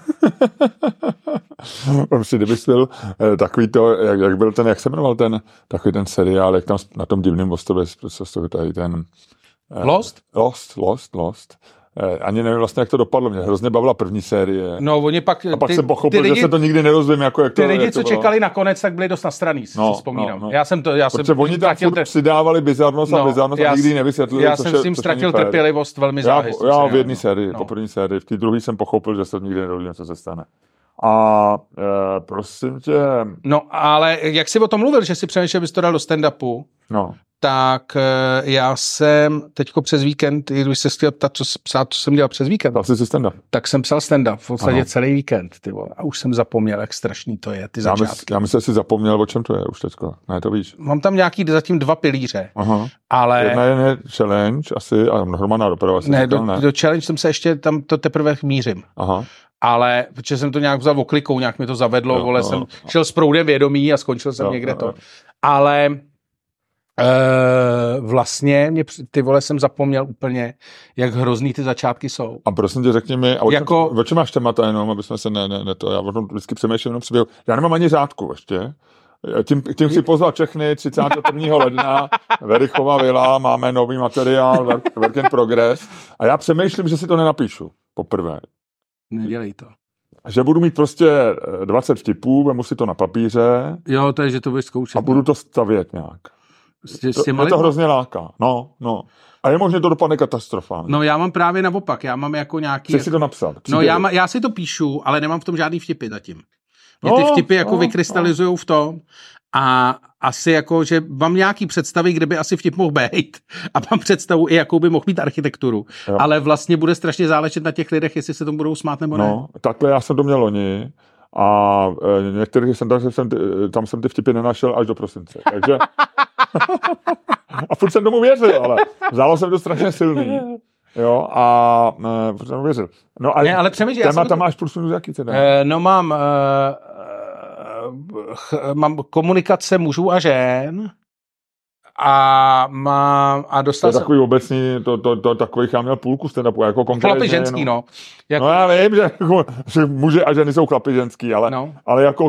Prostě, kdybys byl eh, takový to, jak, jak byl ten, jak se jmenoval ten, takový ten seriál, jak tam na tom divném ostrově, prostě tady ten... Eh, Lost? Lost, Lost, Lost. Eh, ani nevím vlastně, jak to dopadlo. Mě hrozně bavila první série. No, oni pak... A pak ty, jsem pochopil, lidi, že se to nikdy nerozvím, jako jak ty to lidi, jak to co bylo. čekali nakonec, tak byli dost nastraný, no, si vzpomínám. No, no. Já jsem to... Já Protože jsem oni tam furt te... přidávali bizarnost no, a bizarnost a nikdy nevysvětlili. Já jsem s tím ztratil trpělivost velmi záhy. Já, já v jedné sérii, no. po první sérii. V té druhé jsem pochopil, že se nikdy nerozvím, co se stane. A e, prosím tě... No, ale jak jsi o tom mluvil, že si přemýšlel, bys to dal do stand-upu, no. tak e, já jsem teďko přes víkend, když se chtěl ptát, co, psát, co jsem dělal přes víkend, Dal jsi si stand-up? tak jsem psal stand-up v podstatě Aha. celý víkend, ty vole. A už jsem zapomněl, jak strašný to je, ty já začátky. Mysl, já myslím, že jsi zapomněl, o čem to je už teďko. Ne, to víš. Mám tam nějaký zatím dva pilíře, Aha. ale... Jedna je challenge asi, a hromadná doprava. Ne, říkal, do, ne, do challenge jsem se ještě tam to teprve mířím. Aha. Ale protože jsem to nějak vzal oklikou, nějak mi to zavedlo, Jo, vole, jo, jsem jo. šel s proudem vědomí a skončil jsem Jo, někde jo, to. jo. Ale e, vlastně mě, ty vole, jsem zapomněl úplně, jak hrozný ty začátky jsou. A prosím tě, řekni mi, a o čem, Jako- o čem máš témata jenom, aby jsme se ne, ne, ne to, já o tom vždycky přemýšlím jenom příběhu. Já nemám ani řádku ještě. Tím, tím chci pozvat všechny třicátého prvního ledna, Verichova vila, máme nový materiál, work, work in progress. A já přemýšlím, že si to nenapíšu poprvé. Nedělej to. Že budu mít prostě dvacet vtipů, vemu si to na papíře Jo, to je, že to budeš zkoušet. a budu to stavět nějak. S, s to, mě to hrozně láká. No, no. A je možné to dopadne katastrofálně. No já mám právě naopak, já mám jako nějaký... Chci jako... si to napsat. No já, má, já si to píšu, ale nemám v tom žádný vtipy zatím. Mě ty vtipy no, jako no, vykrystalizují no. v tom a asi jako, že mám nějaký představy, kde by asi vtip mohl být a mám představu i, jakou by mohl mít architekturu. Jo. Ale vlastně bude strašně záležet na těch lidech, jestli se tomu budou smát nebo ne. No, takhle já jsem to měl loni a e, některých jsem tam, jsem, tam jsem ty vtipy nenašel až do prosince. Takže... a furt jsem tomu věřil, ale vzalo jsem to strašně silný. Jo, a e, furt jsem tomu věřil. No a ne, ale přemýšlím, téma jsem... tam máš plus minus jaký teda? E, no mám... E, ch, mám komunikace mužů a žen a mám a dostal to je takový jsem... obecný, to, to, to takových já měl půlku stand-upu, jako konkrétně. Chlapi ženský, no. No, jako... no já vím, že, že muže a ženy jsou chlapi ženský, ale, no. ale jako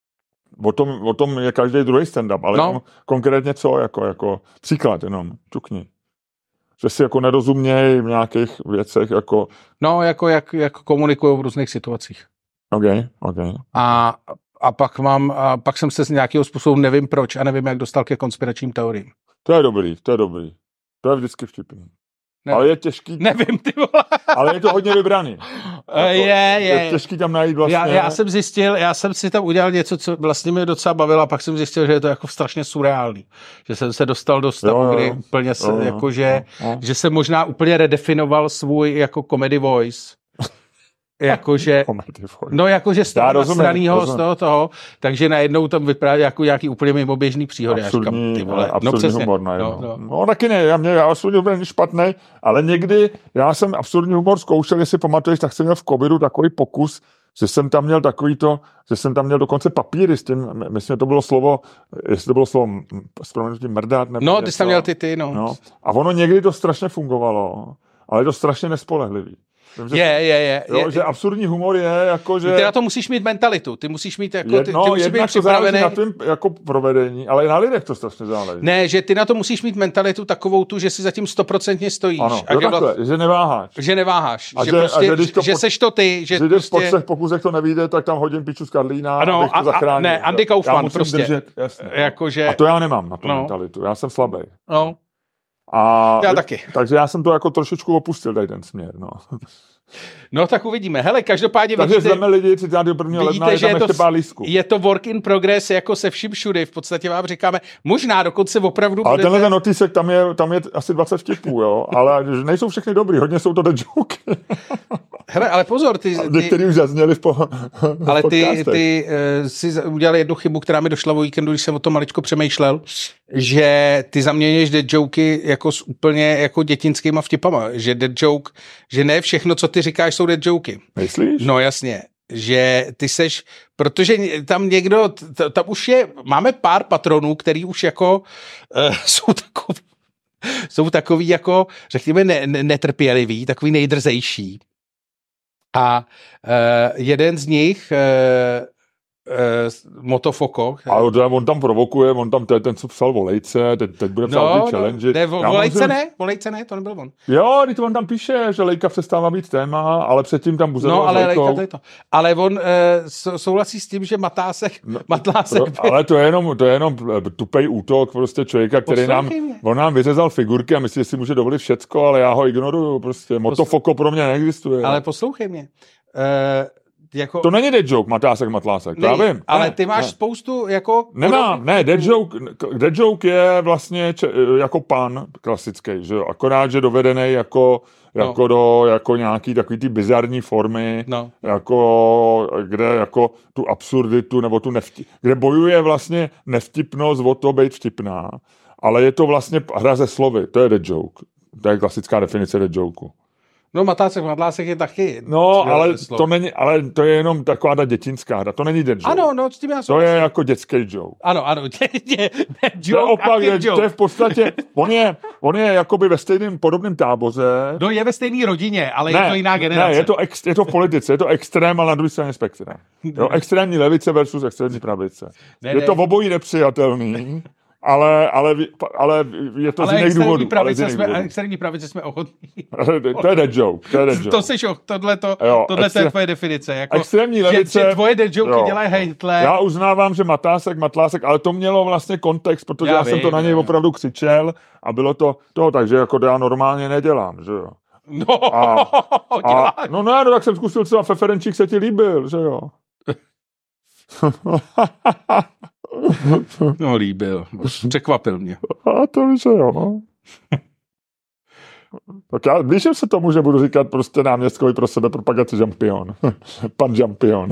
o tom, o tom je každý druhý stand-up, ale no. konkrétně co, jako, jako příklad jenom, čukni. Že si jako nerozumějí v nějakých věcech, jako... No, jako jak, jak komunikují v různých situacích. OK, OK. A A pak mám, a pak jsem se z nějakého způsobu, nevím proč a nevím, jak dostal ke konspiračním teoriím. To je dobrý, to je dobrý. To je vždycky vtipný. Nevím. Ale je těžký. Nevím, ty vole. Ale je to hodně vybraný. Jako, je, je. Je těžký tam najít vlastně. Já, já jsem zjistil, já jsem si tam udělal něco, co vlastně mě docela bavilo a pak jsem zjistil, že je to jako strašně surreální. Že jsem se dostal do stavu, jo, jo. kdy úplně se, jo, jo. jako, že, jo, jo. že jsem možná úplně redefinoval svůj jako comedy voice. Jakože, no jakože z toho nasranýho, z toho toho, takže najednou tam vypadá jako nějaký úplně mimoběžný příhody. Absurdní, já říkám, ty vole, absurdní no přesně. humor No, no. no taky ne, já, mě, já absurdní humor není špatný, ale někdy, já jsem absurdní humor zkoušel, jestli pamatuješ, tak jsem měl v covidu takový pokus, že jsem tam měl takový to, že jsem tam měl dokonce papíry s tím, myslím, to bylo slovo, jestli to bylo slovo s proměnutím mrdát, nebo no, ty jsi tam měl ty ty, no. no. A ono někdy to strašně fungovalo, ale je to strašně nespolehlivý. Že, je, je, je, jo, je. Že absurdní humor je jako, že... Ty na to musíš mít mentalitu, ty musíš mít jako... Ty, no, ty musíš být připravený... na tom jako provedení, ale i na lidech to strašně záleží. Ne, že ty na to musíš mít mentalitu takovou tu, že si zatím stoprocentně stojíš. Ano, jo, takhle, vla... že neváháš. Že neváháš, a že, že, prostě, a že, to že po... seš to ty, že, že prostě... po třech pokusech to nevyjde, tak tam hodím piču z Karlína, ano, abych to a, zachránil. Ne, Andy Kaufman prostě. Držet, jasně, jako, že... A to já nemám na tu no. mentalitu, já jsem slabý. No. A já taky. Takže já jsem to jako trošičku opustil, tady ten směr, no. No tak uvidíme. Hele, každopádně takže vidíte... Takže lidi třicátého prvního ledna je tam ještě pár lístků. Je to work in progress jako se vším všudy. V podstatě vám říkáme, možná dokonce opravdu ale budete... tenhle ten notísek, tam je, tam je asi dvacet vtipů, jo. Ale nejsou všechny dobrý, hodně jsou to dead joke. Hele, ale pozor, ty... ty některý už zazněli v po, ale ty, ty uh, si udělal jednu chybu, která mi došla o víkendu, když jsem o tom maličko přemýšlel, že ty zaměňuješ dead joky jako s úplně jako dětinskýma vtipama. Že dead joke, že ne všechno, co ty říkáš, jsou dead joky. Myslíš? No jasně. Že ty seš, protože tam někdo, t- tam už je, máme pár patronů, který už jako uh, jsou takový, jsou takový jako, řekněme, ne, ne, netrpěliví, takový nejdrzejší. A uh, jeden z nich, uh, uh, Motofoko. Ale on tam provokuje, on tam, to je ten, co psal Volejce, teď, teď bude psal no, ty challenge. Ne, Volejce musím... ne, Volejce ne, to nebyl on. Jo, teď on tam píše, že Lejka přestává být téma, ale předtím tam buzeroval no, ale s Lejkou. Lejka, to je to. Ale on uh, souhlasí s tím, že Matásek, no, Matlásek... Pro, ale to je jenom, to je jenom tupej útok prostě člověka, který nám, on nám vyřezal figurky a myslí, že si může dovolit všecko, ale já ho ignoruju, prostě Motofoko pro mě neexistuje. Ale poslouchej mě. Uh, Jako... To není dead joke, Matásek, Matlásek, to já vím. Ale ne, ty máš ne. spoustu jako... Nemám, ne, dead joke, dead joke je vlastně če, jako pan klasický, že jo, akorát, že dovedený jako, jako no. do jako nějaký takový ty bizarní formy, no. jako, kde jako tu absurditu, nebo tu nevtip, kde bojuje vlastně nevtipnost o to být vtipná, ale je to vlastně hra ze slovy, to je dead joke, to je klasická definice dead jokeu. No Matásek, Matlásek je taky. No, ale to není, ale to je jenom taková ta dětinská hra, to není dead joke. Ano, no, s tím já To je jako dětský joke. Ano, ano, dě, dě, dead joke to je opak, je, joke. To je v podstatě, on je, on je jakoby ve stejném podobném táboře. No, je ve stejné rodině, ale ne, je to jiná generace. Ne, je to, ex, je to v politice, je to extrém, ale na druhé straně spektra. Jo, extrémní levice versus extrémní pravice. Ne, je ne. to v obojí nepřijatelný, ale, ale, ale je to ale z jiných důvodů. Pravice jsme, ale extrémní pravice jsme ochotní. To je dead joke. To je dead joke. To seš, tohle to, tohle extrém, je tvoje definice. Jako, extrémní levice. Že, že tvoje dead joke dělají hejtle. Já uznávám, že Matásek, Matlásek, ale to mělo vlastně kontext, protože já, já vím, jsem to na něj ne. opravdu křičel a bylo to toho, takže jako to já normálně nedělám, že jo. No, a, a, no ne, no tak jsem zkusil třeba Feferenčík se ti líbil, že jo. No líbil, překvapil mě. A to víš, jo, no. Tak já blížím se tomu, že budu říkat prostě náměstkovi pro sebe propagaci žampion. Pan žampion.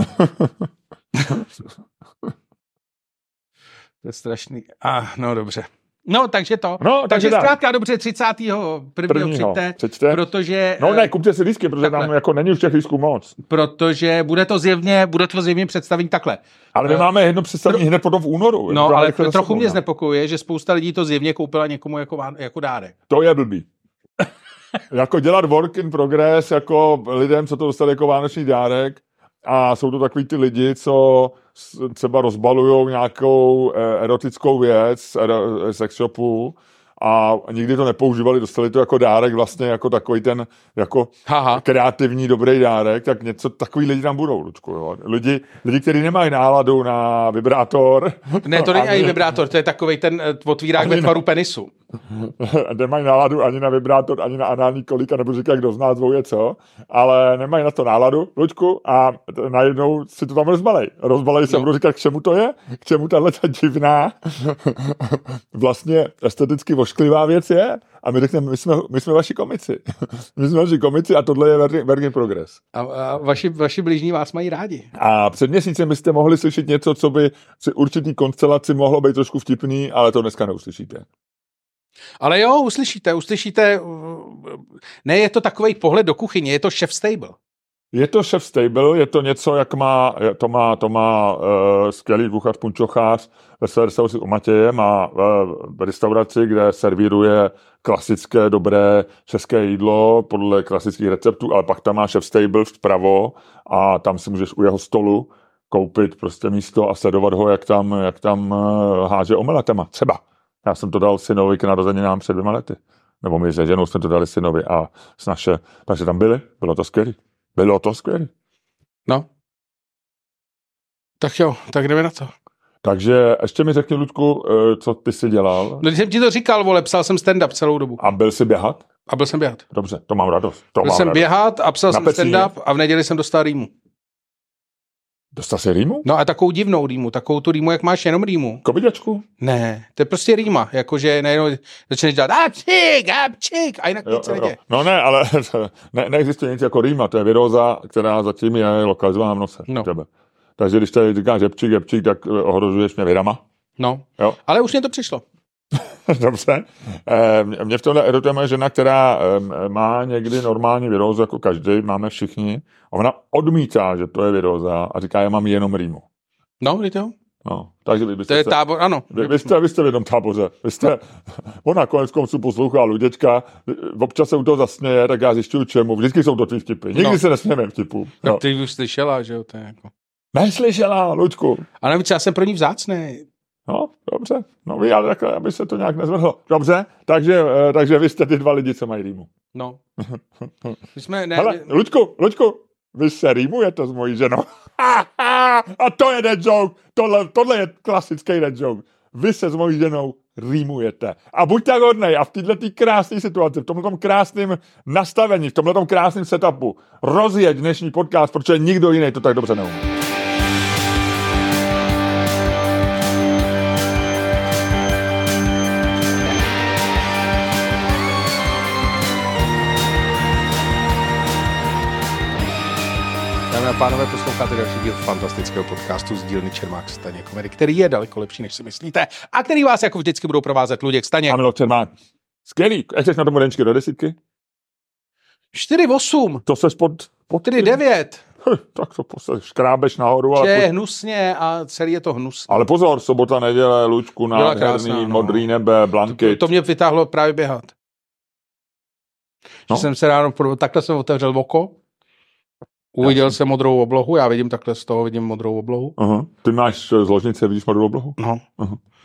To je strašný. Ah, no dobře. No, takže to. No, takže, takže zkrátka dobře třicátého prvního přijďte, přijďte, protože... No ne, kupte si lístky, protože takhle. Tam jako není už těch lístků moc. Protože bude to zjevně, bude to zjevně představení takhle. Ale my uh, máme jedno představení pro... hned potom v únoru. No, ale trochu mě znepokojuje, že spousta lidí to zjevně koupila někomu jako, jako dárek. To je blbý. Jako dělat work in progress jako lidem, co to dostali jako vánoční dárek, a jsou to takový ty lidi, co třeba rozbalujou nějakou erotickou věc z sex shopu a nikdy to nepoužívali, dostali to jako dárek, vlastně jako takový ten jako Aha. kreativní, dobrý dárek, tak něco takový lidi tam budou, Lučku, jo. Lidi, lidi, kteří nemají náladu na vibrátor. Ne, to není ani vibrátor, to je takovej ten otvírák ve tvaru penisu. Nemají náladu ani na vibrátor, ani na anální kolík, a nebudu říkat, kdo z nás dvou je co, ale nemají na to náladu, Lučku, a najednou si to tam rozbalej. Rozbalej se, no. Budu říkat, k čemu to je, k čemu tahle ta divná, vlastně esteticky vošklivá věc je, a my řekneme, my jsme, my jsme vaši komici. My jsme vaši komici a tohle je work in progress. A, a vaši, vaši blížní vás mají rádi. A před měsícem byste mohli slyšet něco, co by při určitý konstelaci mohlo být trošku vtipný, ale to dneska neuslyšíte. Ale jo, uslyšíte, uslyšíte, ne, je to takový pohled do kuchyně, je to chef stable. Je to chef stable, je to něco, jak má, to má, to má uh, skvělý kuchař, punčochář ve své restauraci u Matěje, má uh, restauraci, kde servíruje klasické, dobré české jídlo podle klasických receptů, ale pak tam má chef stable vpravo a tam si můžeš u jeho stolu koupit prostě místo a sledovat ho, jak tam, jak tam uh, háže omeletama, třeba. Já jsem to dal synovi k narozeninám před dvěma lety. Nebo my se ženou jsme to dali synovi a s naše, takže tam byli, bylo to skvělý. Bylo to skvělé. No. Tak jo, tak jdeme na to. Takže ještě mi řekni, Ludku, co ty jsi dělal. No, když jsem ti to říkal, vole, psal jsem stand-up celou dobu. A byl jsi běhat? A byl jsem běhat. Dobře, to mám radost. To byl mám jsem radost. běhat a psal na jsem Pecíně. Stand-up a v neděli jsem dostal rýmu. Dostal jsi rýmu? No a takovou divnou rýmu, takovou tu rýmu, jak máš jenom rýmu. Kobiďačku? Ne, to je prostě rýma, jakože najednou začneš dělat apčík, apčík, a jinak nic neděje. No ne, ale ne, neexistuje nic jako rýma, to je viróza, která zatím je lokalizovaná v nose. No. Tebe. Takže když tady říkáš jepčík, jepčík, tak ohrožuješ mě virama. No, jo. Ale už mě to přišlo. Dobře. E, mě v tomhle erotuje moje žena, která e, má někdy normální virózu, jako každý, máme všichni. Ona odmítá, že to je viróza a říká, já mám jenom rýmu. No, víte jo? No, takže vy byste to je se, tábor, ano. Vy, vy, jste, vy jste v jednom táboře. Vy jste, ona konec konců poslouchá Luděčka, občas se u toho zasměje, tak já zjišťuju čemu. Vždycky jsou to tvý vtipy. Nikdy no. se nesmějeme vtipů. No. Tak ty už slyšela, že jo? To je jako... Neslyšela, Luďku. A navíc já jsem pro ní vzácnej. No, dobře. No vy, ale takhle, aby se to nějak nezvrhlo. Dobře, takže, takže vy jste ty dva lidi, co mají rýmu. No. My jsme, ne, hele, Luďku, Luďku, vy se rýmujete s mojí ženou. A to je dead joke. Tohle, tohle je klasický dead joke. Vy se s mojí ženou rýmujete. A buď tak hodnej a v této krásné situaci, v tomhle krásném nastavení, v tomhle krásném setupu rozjeď dnešní podcast, protože nikdo jiný to tak dobře neumí. Dámy a pánové, posloucháte další díl fantastického podcastu z dílny Čermák Staněk komedy, který je daleko lepší, než si myslíte, a který vás jako vždycky budou provázet Luděk Staněk. Ano, Čermák. Skvělý. Jak jsi na tom modenčky do desítky? čtyři osm. To se pod... pod... čtyři devět. Hm, tak to prostě škrábeš nahoru. Ale je hnusně a celý je to hnusné. Ale pozor, sobota, neděle, Lučku, nádherný, no. Modrý nebe, blanket. To, to mě vytáhlo právě běhat. No? Že jsem se ráno, takhle jsem otevřel oko. Uviděl jsem modrou oblohu, já vidím takhle z toho, vidím modrou oblohu. Uh-huh. Ty máš z ložnice, vidíš modrou oblohu? No. Uh-huh.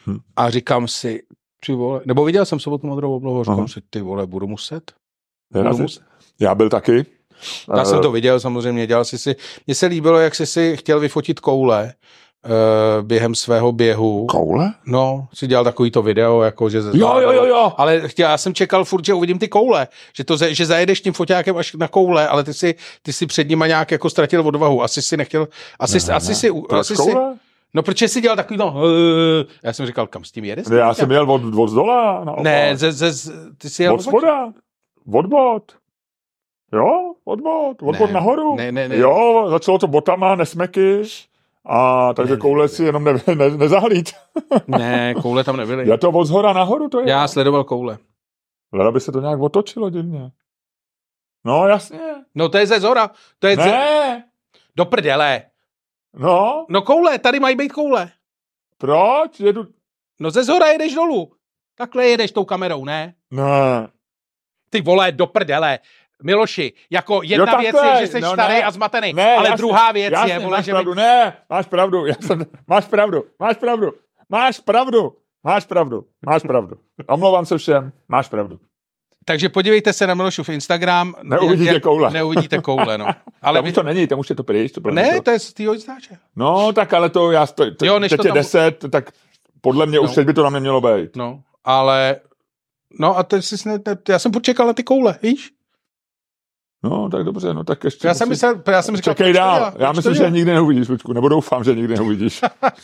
Hm. A říkám si, ty vole, nebo viděl jsem Sobotu modrou oblohu, říkám Aha. si, ty vole, budu muset. Budu já, muset. Já byl taky. Já jsem to viděl samozřejmě, dělal jsi si, mně se líbilo, jak jsi si chtěl vyfotit koule uh, během svého běhu. Koule? No, si dělal takovýto video, jako že... Jo, jo, jo, jo. Ale chtěl, já jsem čekal furt, že uvidím ty koule, že, to, že zajedeš tím foťákem až na koule, ale ty si, ty si před nima nějak jako ztratil odvahu, asi si nechtěl, asi, ne, asi ne. si... Proč asi koule? Si, no, proč jsi dělal takový, no, já jsem říkal, kam s tím jedeš? Já jsem jel od, od zdola. Naopak. Ne, ze, ze, ty jsi jel od spoda, od bod. Jo, od bod, od bod nahoru. Ne, ne, ne. Jo, začalo to botama, nesmeky. A takže ne, koule ne, si jenom ne, ne, nezahlíd. Ne, koule tam nebyly. Je to od zhora nahoru, to je. Já sledoval koule. Leda by se to nějak otočilo divně. No, jasně. No to je ze zhora. To je ne. Ze... Do prdele. No. No koule, tady mají být koule. Proč? Jedu... No ze zhora jedeš dolů. Takhle jedeš tou kamerou, ne? Ne. Ty vole, do prdele. Miloši, jako jedna jo, věc je, že jsi no, starý ne, a zmatený, ne, ale jasný, druhá věc jasný, je, vole, máš že... Pravdu, by... Ne, máš pravdu, já jsem, máš pravdu, máš pravdu, máš pravdu, máš pravdu, máš pravdu. Omlouvám se všem, máš pravdu. Takže podívejte se na Milošův Instagram. Neuvidíte jak, koule. Neuvidíte koule, no. Ale tam vy... už to není, tam už je to pryč. To ne, to, to je z týho Instače. No, tak ale to, já, to, to jo, teď je tam... deset, tak podle mě no. už teď by to na mě mělo být. No, ale, no a teď jsi, ne, já jsem počekal na ty koule, víš? No, tak dobře, no tak ještě... Já jsem, myslel, já jsem říkal... Čekej dál, já, já myslím, že nikdy neuvidíš, Lučku, nebo doufám, že nikdy neuvidíš.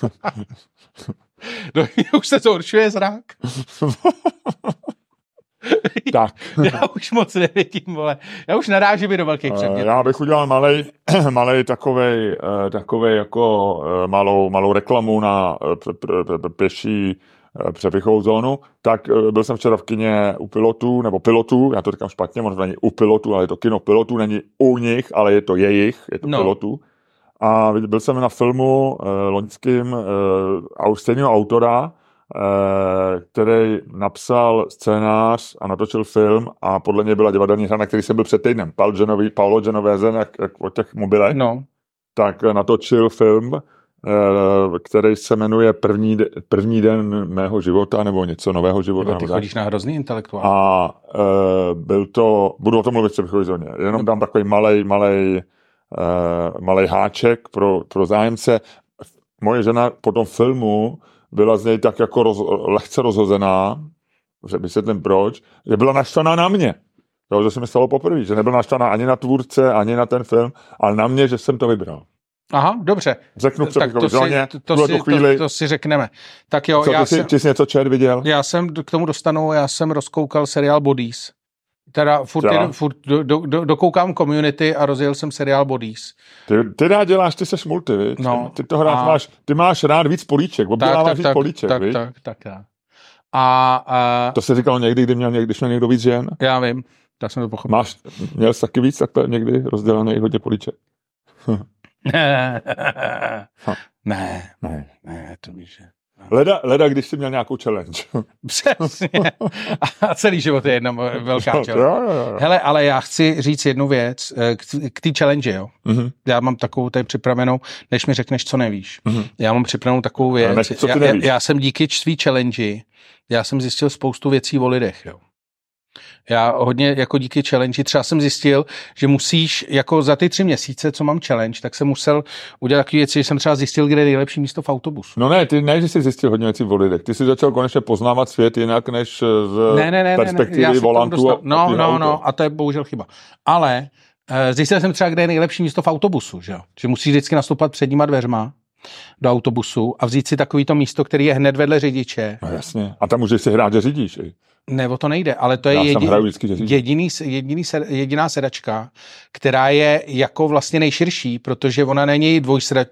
No, už se zhoršuje zrak. Tak. Já už moc nevidím, vole. Já už narážím do velkých předmětů. Já bych udělal malej, malej takovej, takovej jako malou, malou reklamu na pěší přepichovou zónu, tak byl jsem včera v kině u pilotů, nebo pilotů, já to říkám špatně, možná není u pilotů, ale je to kino pilotů, není u nich, ale je to jejich, je to no. pilotů. A byl jsem na filmu eh, loňským eh, stejného autora, eh, který napsal scénář a natočil film a podle něj byla divadelní hra, na který jsem byl před týdnem. Paolo Genovese, jak, jak o těch mobilech, no. tak natočil film, který se jmenuje První, první den mého života, nebo něco nového života. Nebo ty chodíš na hrozný intelektuál. A e, byl to, budu o tom mluvit v přepichové zóně, jenom no. dám takový malej, malej, e, malej háček pro, pro zájemce. Moje žena po tom filmu byla z něj tak jako roz, lehce rozhozená, že vysvětlím proč, že byla naštvaná na mě. To, že se mi stalo poprvé, že nebyla naštvaná ani na tvůrce, ani na ten film, ale na mě, že jsem to vybral. Aha, dobře. Řeknu tak to, si, to, to, si, chvíli. To, to si řekneme. Tak jo, Co, já ty, jsem, ty jsi něco čet viděl? Já jsem k tomu dostanu, já jsem rozkoukal seriál Bodies. Teda furt, jen, furt do, do, do, dokoukám Community a rozjel jsem seriál Bodies. Ty, ty rád děláš, ty seš multi, víš? No, ty to rád a... máš, ty máš rád víc políček, obděláváš víc tak, políček, tak, víš? Tak, tak, tak. A, a... To se říkalo někdy, kdy měl, když měl někdo víc žen? Já vím, tak jsem to pochopil. Máš, měl jsi taky víc takhle někdy rozdělaný hodně políček? ne, ne, ne, ne, to víš, že... Leda, leda, když jsi měl nějakou challenge. Přesně. A celý život je jedna velká challenge. Jo, jo, jo. Hele, ale já chci říct jednu věc k té challenge, jo. Mm-hmm. Já mám takovou tady připravenou, než mi řekneš, co nevíš. Mm-hmm. Já mám připravenou takovou věc. Než, co ty já, já jsem díky svý challenge, já jsem zjistil spoustu věcí o lidech, jo. Já hodně jako díky challenge, třeba jsem zjistil, že musíš, jako za ty tři měsíce, co mám challenge, tak jsem musel udělat takové věci, že jsem třeba zjistil, kde je nejlepší místo v autobusu. No ne, ty ne, že jsi zjistil hodně věcí o lidech. Ty jsi začal konečně poznávat svět jinak, než z ne, ne, ne, perspektivy ne, ne. volantu. A no, no, no, a to je bohužel chyba. Ale uh, zjistil jsem třeba, kde je nejlepší místo v autobusu, že jo? Že musíš vždycky nastoupat předníma dveřma do autobusu a vzít si takovýto místo, který je hned vedle řidiče. No jasně. A tam můžeš si hrát, že řídíš. I. Ne, o to nejde, ale to je jedi, vždycky, jediný, jediný, jediná sedačka, která je jako vlastně nejširší, protože ona není dvojseda,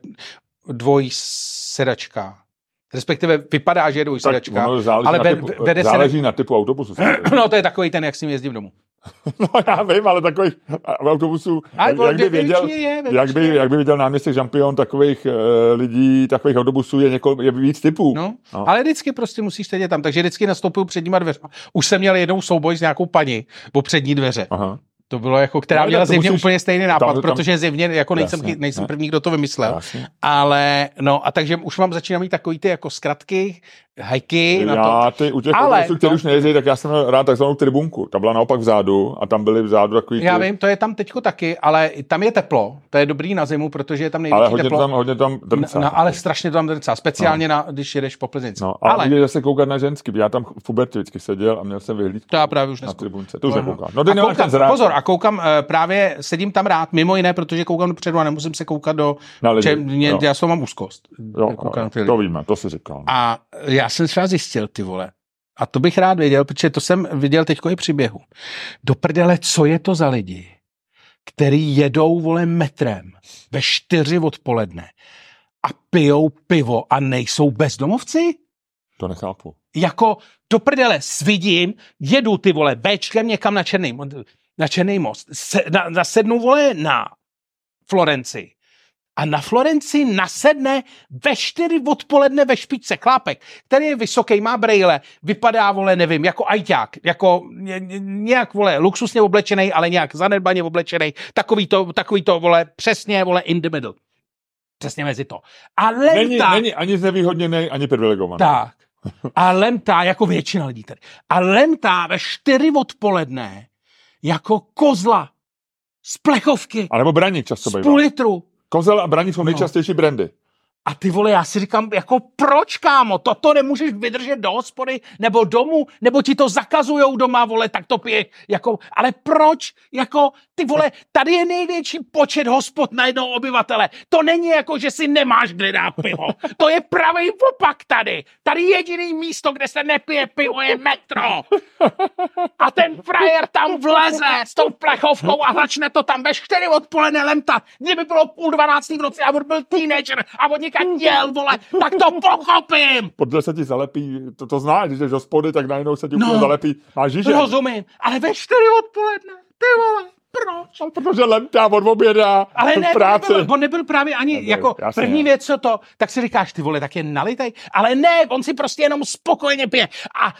dvojsedačka. Respektive vypadá, že je dvojsedačka, ale na typu, vede záleží se na typu autobusu. No to je takový ten, jak s ním jezdím domů. No já vím, ale takových autobusů, jak, jak, by věděl, je, jak, by, jak by viděl náměstek Žampion takových uh, lidí, takových autobusů je, několik, je víc typů. No, no, ale vždycky prostě musíš sedět tam, takže vždycky nastoupil předníma dveřma. Už jsem měl jednou souboj s nějakou paní o přední dveře. Aha. To bylo jako, která no, měla zjevně musíš, úplně stejný nápad, tam, tam, protože zjevně jako nejsem, jasně, nejsem ne. první, kdo to vymyslel. Jasně. Ale no a takže už mám začínám mít takový ty jako zkratky, hajky. Na já to. ty, u těch odnosů, kteří už nejezdí, tak já jsem měl rád takzvanou tribunku. Ta byla naopak vzadu a tam byly vzadu takový... Ty... Já vím, to je tam teďko taky, ale tam je teplo. To je dobrý na zimu, protože je tam největší ale hodně teplo. Tam, hodně tam drncá. No, ale strašně to tam drncá, speciálně no. na, když jedeš po Plzeňsku. No, ale, ale... můžeš zase koukat na ženský. Já tam v pubertě vždycky seděl a měl jsem vyhlídku to já právě už na neskou. tribunce. To už no, koukám. No, a koukám pozor, a koukám, uh, právě sedím tam rád, mimo jiné, protože koukám dopředu a nemusím se koukat do... Če, mě, já s toho mám úzkost. Jo, to víme, to si říkal. A já jsem třeba zjistil, ty vole, a to bych rád věděl, protože to jsem viděl teďko i při běhu. Do prdele, co je to za lidi, který jedou, vole, metrem ve čtyři odpoledne a pijou pivo a nejsou bezdomovci? To nechápu. Jako do prdele svidím, jedu, ty vole, Bčkem někam na Černý, na Černý most, se, na, na sednu, vole, na Florenci. A na Florenci nasedne ve čtyři odpoledne ve špičce chlápek, který je vysoký, má brejle, vypadá, vole, nevím, jako ajťák, jako ně, nějak, vole, luxusně oblečený, ale nějak zanedbaně oblečený, takový to, takový to, vole, přesně, vole, in the middle. Přesně mezi to. A lemtá... Není, není ani znevýhodněný, ani privilegovaný. Tak. A lemtá, jako většina lidí tady. A lemtá ve čtyři odpoledne jako kozla z plechovky. A nebo braník často bývá. Z půl litru. Kozel a braník jsou nejčastější brandy. A ty vole, já si říkám, jako proč, kámo, toto nemůžeš vydržet do hospody nebo domů, nebo ti to zakazujou doma, vole, tak to pije, jako, ale proč, jako, ty vole, tady je největší počet hospod na jednoho obyvatele, to není jako, že si nemáš kde dát pivo, to je pravý opak tady, tady jediný místo, kde se nepije pivo je metro a ten frajer tam vleze s tou plechovkou a začne to tam ve čtyři odpoledne lemtat, kdyby bylo půl dvanáctý v noci a on byl teenager a on děl, vole, tak to pochopím. Protože se ti zalepí, to, to znáš, když jdeš do spody, tak najednou se ti úplně no, zalepí, máš žížek. Rozumím, ale ve čtyři odpoledne, ty vole, proč? Ale protože lemtá od oběda ale ne, v práci. Nebyl, on nebyl právě ani, nebyl, jako jasně, první věc, co to, tak si říkáš, ty vole, tak je nalitej, ale ne, on si prostě jenom spokojeně pije a...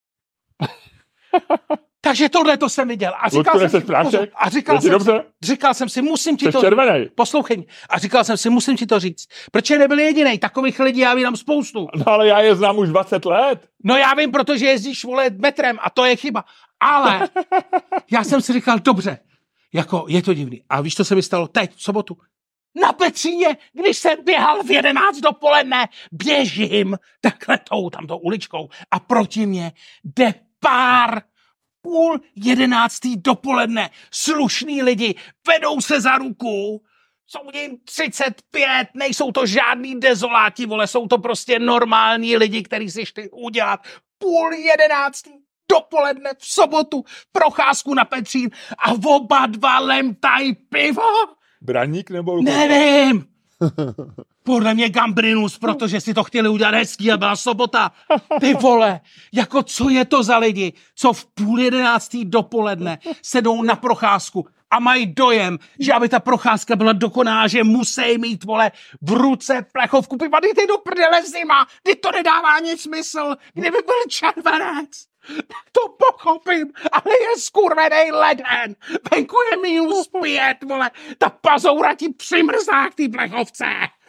Takže tohle to jsem viděl. A říkal Ludku, jsem si, prášek, a říkal jsem, si, říkal jsem si, musím ti Jsi to červenej. říct. Poslouchej. A říkal jsem si, musím ti to říct. Protože nebyl jedinej, takových lidí já vím spoustu. No ale já je znám už dvacet let. No já vím, protože jezdíš, vole, metrem a to je chyba. Ale já jsem si říkal, dobře, jako je to divný. A víš, co se mi stalo teď, v sobotu? Na Petříně, když jsem běhal v jedenáct dopoledne, běžím takhle tou, tamtou uličkou a proti mě jde pár půl jedenáctý dopoledne. Slušný lidi vedou se za ruku, jsou jim třicet pět, nejsou to žádný dezoláti, vole, jsou to prostě normální lidi, kteří si šli udělat půl jedenáctý dopoledne v sobotu procházku na Petřín a oba dva lemtají pivo. Braník nebo... Nevím. Podle mě Gambrinus, protože si to chtěli udělat hezký a byla sobota. Ty vole, jako co je to za lidi, co v půl jedenáctý dopoledne sedou na procházku a mají dojem, že aby ta procházka byla dokonalá, že musí mít, vole, v ruce plechovku piva. Ty do prdele zima, ty to nedává nic smysl, kdyby byl červenec. To pochopím, ale je skurvenej leden. Venku je minus pět, vole. Ta pazoura ti přimrzá k té plechovce.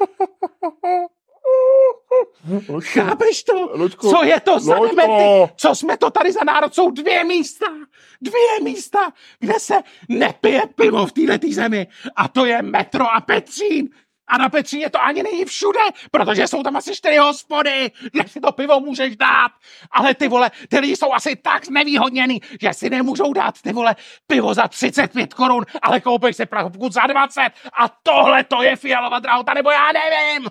Lučko, chápeš to? Lučko, co je to za Lučko. dementy? Co jsme to tady za národ? Jsou dvě místa. Dvě místa, kde se nepije pivo v této zemi. A to je metro a Petřín. A na Petříně to ani není všude, protože jsou tam asi čtyři hospody, kde si to pivo můžeš dát. Ale ty vole, ty lidi jsou asi tak znevýhodněný, že si nemůžou dát ty vole pivo za třicet pět korun, ale koupíš si plechovku za dvacet a tohle to je Fialova drahota, nebo já nevím.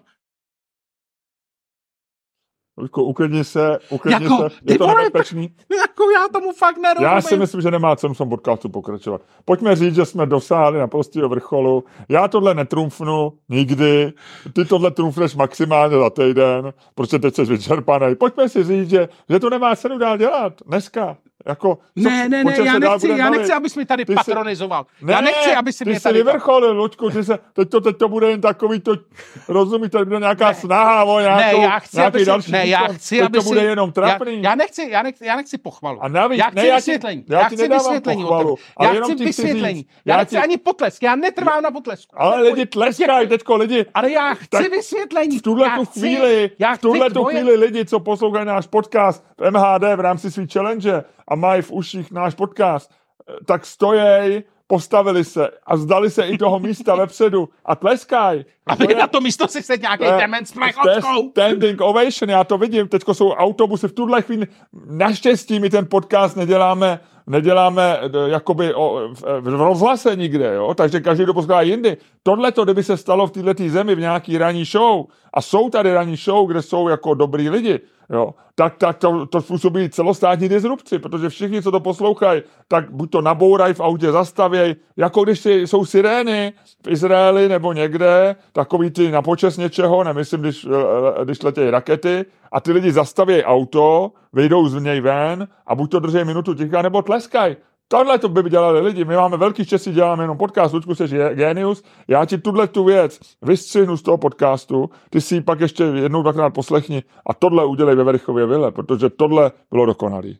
Luďko, uklidni se, uklidni jako, se, je to vole, nebezpečný. Jako já tomu fakt nerozumím. Já si myslím, že nemá cenu v tom podcastu pokračovat. Pojďme říct, že jsme dosáhli na prostého vrcholu. Já tohle netrumfnu nikdy, ty tohle trumfneš maximálně za týden, protože teď jsi vyčerpaný. Pojďme si říct, že, že to nemá cenu dál dělat dneska. Jako, ne, ne, ne, já nechci, já nechci, abys mi tady ty patronizoval. Ne, já nechci, aby si mě tady... Ty jsi vyvrcholil, Luďku, ty se, teď, to, teď to bude jen takový, to, rozumíš, tady bude nějaká ne, snaha, o nějakou, ne, já chci, nějaký aby další si, ne, já chci, teď aby to bude si, jenom trapný. Já, já, nechci, já, nechci, já nechci pochvalu. A navíc, já chci ne, vysvětlení. Já, já chci vysvětlení pochvalu, já chci vysvětlení. Já nechci ani potlesk, já netrvám na potlesku. Ale lidi tleskají, teďko lidi. Ale já chci vysvětlení. V tuhle tu chvíli, v tuhle tu chvíli lidi, co poslouchají náš podcast v M H D v rámci svý challenge a mají v uších náš podcast, tak stojí, postavili se a zdali se i toho místa vepředu a tleskají. Aby to je, na to místo si se nějaký dement s plechovkou. Standing ovation, já to vidím, teďko jsou autobusy, v tuhle chvíli, naštěstí my ten podcast neděláme, neděláme jakoby o, v, v rozhlase nikde, jo? Takže každý to poslouchá jindy. Tohleto, kdyby se stalo v této zemi v nějaký ranní show, a jsou tady ranní show, kde jsou jako dobrý lidi, jo, tak, tak to, to způsobí celostátní disrupci, protože všichni, co to poslouchají, tak buď to nabourají v autě, zastavějí, jako když jsou sirény v Izraeli nebo někde, takový ty na počes něčeho, nemyslím, když, když letějí rakety, a ty lidi zastavějí auto, vyjdou z něj ven a buď to drží minutu ticha, nebo tleskají. Tohle to by dělali lidi. My máme velký štěstí, děláme jenom podcast, Luďku, jsi genius. Já ti tuhle tu věc vystřihnu z toho podcastu, ty si ji pak ještě jednou, dvakrát poslechni a tohle udělej ve Verichově vile, protože tohle bylo dokonalý.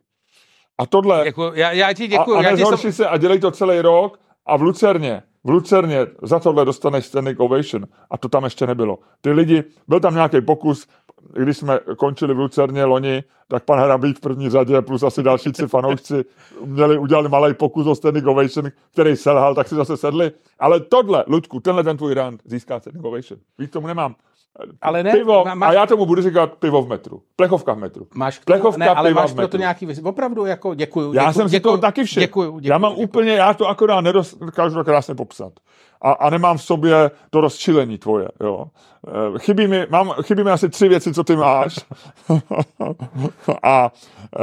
A tohle... Děkuju, já, já ti děkuju. A, a nezhorší jsem... se a dělej to celý rok a v Lucerně, v Lucerně za tohle dostaneš standing ovation a to tam ještě nebylo. Ty lidi, byl tam nějaký pokus, když jsme končili v Lucerně loni, tak pan Hrabík v první řadě plus asi další tři fanoušci měli, udělali malý pokus o standing ovation, který selhal, tak si zase sedli. Ale tohle, Luďku, tenhle ten tvůj rant získá standing ovation. Víc tomu nemám. Ale ne, pivo, máš... a já tomu budu říkat pivo v metru. Plechovka v metru. Máš tomu, Plechovka, ne, ale piva máš v pro to metru. nějaký vys... Opravdu jako děkuju. Já děkuju, jsem si děkuju, to taky všel. Děkuju, děkuju, já mám děkuju. úplně, já to akorát nedokážu to krásně popsat. A, a nemám v sobě to rozčilení tvoje, jo. Chybí mi, mám, chybí mi asi tři věci, co ty máš. a,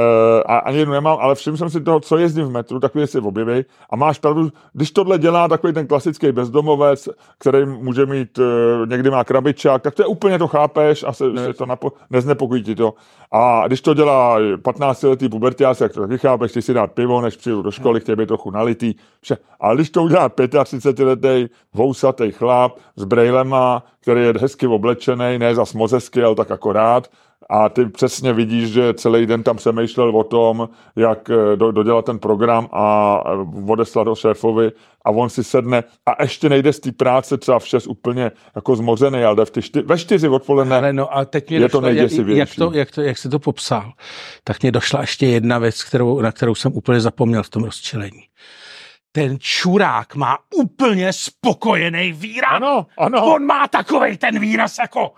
a ani jednu nemám, ale všiml jsem si toho, co jezdím v metru, takový si objeví. A máš pravdu, když tohle dělá takový ten klasický bezdomovec, který může mít, někdy má krabičák, tak to je úplně to chápeš a se, se to napo, neznepokojí ti to. A když to dělá patnáctiletý puberťák, tak to taky chápeš, chci si dát pivo, než přijdu do školy, chtějí být trochu nalitý. Ale když to udělá třicetiletý vousatý chlap s brejlema, který je hezky oblečený, ne zas moc hezky, ale tak akorát. A ty přesně vidíš, že celý den tam přemýšlel o tom, jak do, dodělat ten program a odeslat ho šéfovi a on si sedne a ještě nejde z té práce třeba v šest úplně jako zmořený, ale v ty šty, ve čtyři odpoledne ale no, a teď je došlo, to nejděsivější. Jak, to, jak, to, jak jsi to popsal, tak mě došla ještě jedna věc, kterou, na kterou jsem úplně zapomněl v tom rozčilení. Ten čurák má úplně spokojený výraz. Ano, ano. On má takovej ten výraz jako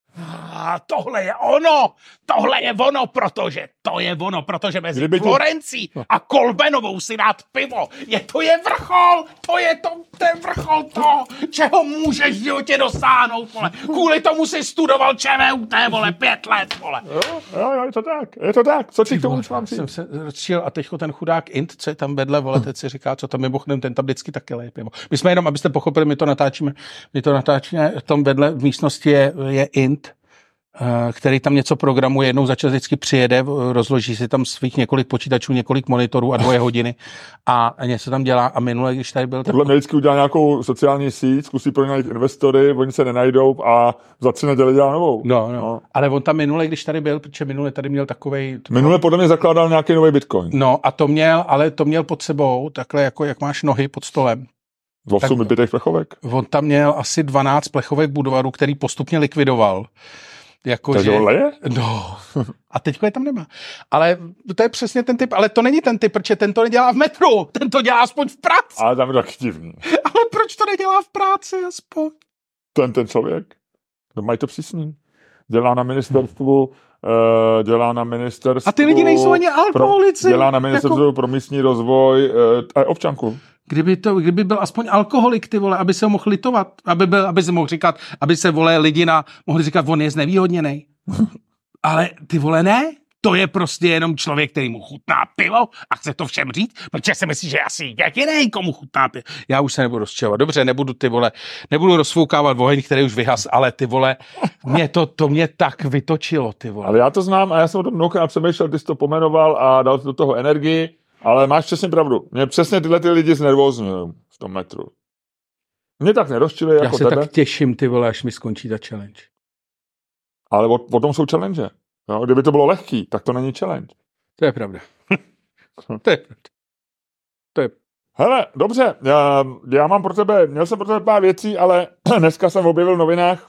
a tohle je ono, tohle je ono, protože to je ono, protože mezi Kdyby Florencí tu... a Kolbenovou si dát pivo, je to je vrchol, to je to, ten vrchol toho, čeho můžeš v životě dosáhnout, vole. Kvůli tomu si studoval ČVUT, vole, pět let, vole. Jo, jo, jo, je to tak, je to tak, co ti k tomu mám říct? Jsem se rozčil a teďko ten chudák Int, co je tam vedle, vole, teď si říká, co tam mimochodem, ten tam vždycky taky leje pivo. My jsme jenom, abyste pochopili, my to natáčíme, my to natáčíme, v tom vedle v místnosti je, je Int, který tam něco programuje, jednou za čas vždycky přijede, rozloží si tam svých několik počítačů, několik monitorů a dvoje hodiny a něco tam dělá a minule, když tady byl... Podle mě vždycky udělá nějakou sociální síť, zkusí pro ně investory, oni se nenajdou a za tři neděle dělá novou. No, no, no. Ale on tam minule, když tady byl, protože minule tady měl takovej... Minule podle mě zakládal nějaký nový bitcoin. No a to měl, ale to měl pod sebou, takhle jako jak máš nohy pod stolem. osm bytých plechovek? On tam měl asi dvanáct plechovek Budvaru, který postupně likvidoval. Jako, že... leje? No. A teďko je tam nemá. Ale to je přesně ten typ, ale to není ten typ, protože ten to nedělá v metru, ten to dělá aspoň v práci. Ale tam je to aktivní. Ale proč to nedělá v práci aspoň? Ten, ten člověk, no mají to přísný. Dělá na ministerstvu, uh, dělá na ministerstvu... A ty lidi nejsou ani alkoholici. Pro, dělá na ministerstvu jako... pro místní rozvoj uh, a občanku. Kdyby, to, kdyby byl aspoň alkoholik, ty vole, aby se ho mohl litovat, aby, byl, aby se mohl říkat, aby se, vole, lidi na, mohli říkat, on je znevýhodněnej. Ale ty vole, ne, to je prostě jenom člověk, který mu chutná pivo a chce to všem říct, protože si myslí, že asi jak jiný, komu chutná pivo. Já už se nebudu rozčilovat. Dobře, nebudu ty vole, nebudu rozfoukávat oheň, který už vyhas, ale ty vole, mě to, to mě tak vytočilo, ty vole. Ale já to znám a já jsem o tom mnohokrát přemýšlel, ty jsi to pomenoval a dal do toho energii, ale máš přesně pravdu. Mě přesně tyhle ty lidi znervózňují v tom metru. Mě tak nerozčili jako tebe. Já se tak těším, ty vole, až mi skončí ta challenge. Ale o, o tom jsou challenge. Jo? Kdyby to bylo lehký, tak to není challenge. To je pravda. to je pravda. To je... Hele, dobře, já, já mám pro tebe, měl jsem pro tebe pár věcí, ale dneska jsem objevil v novinách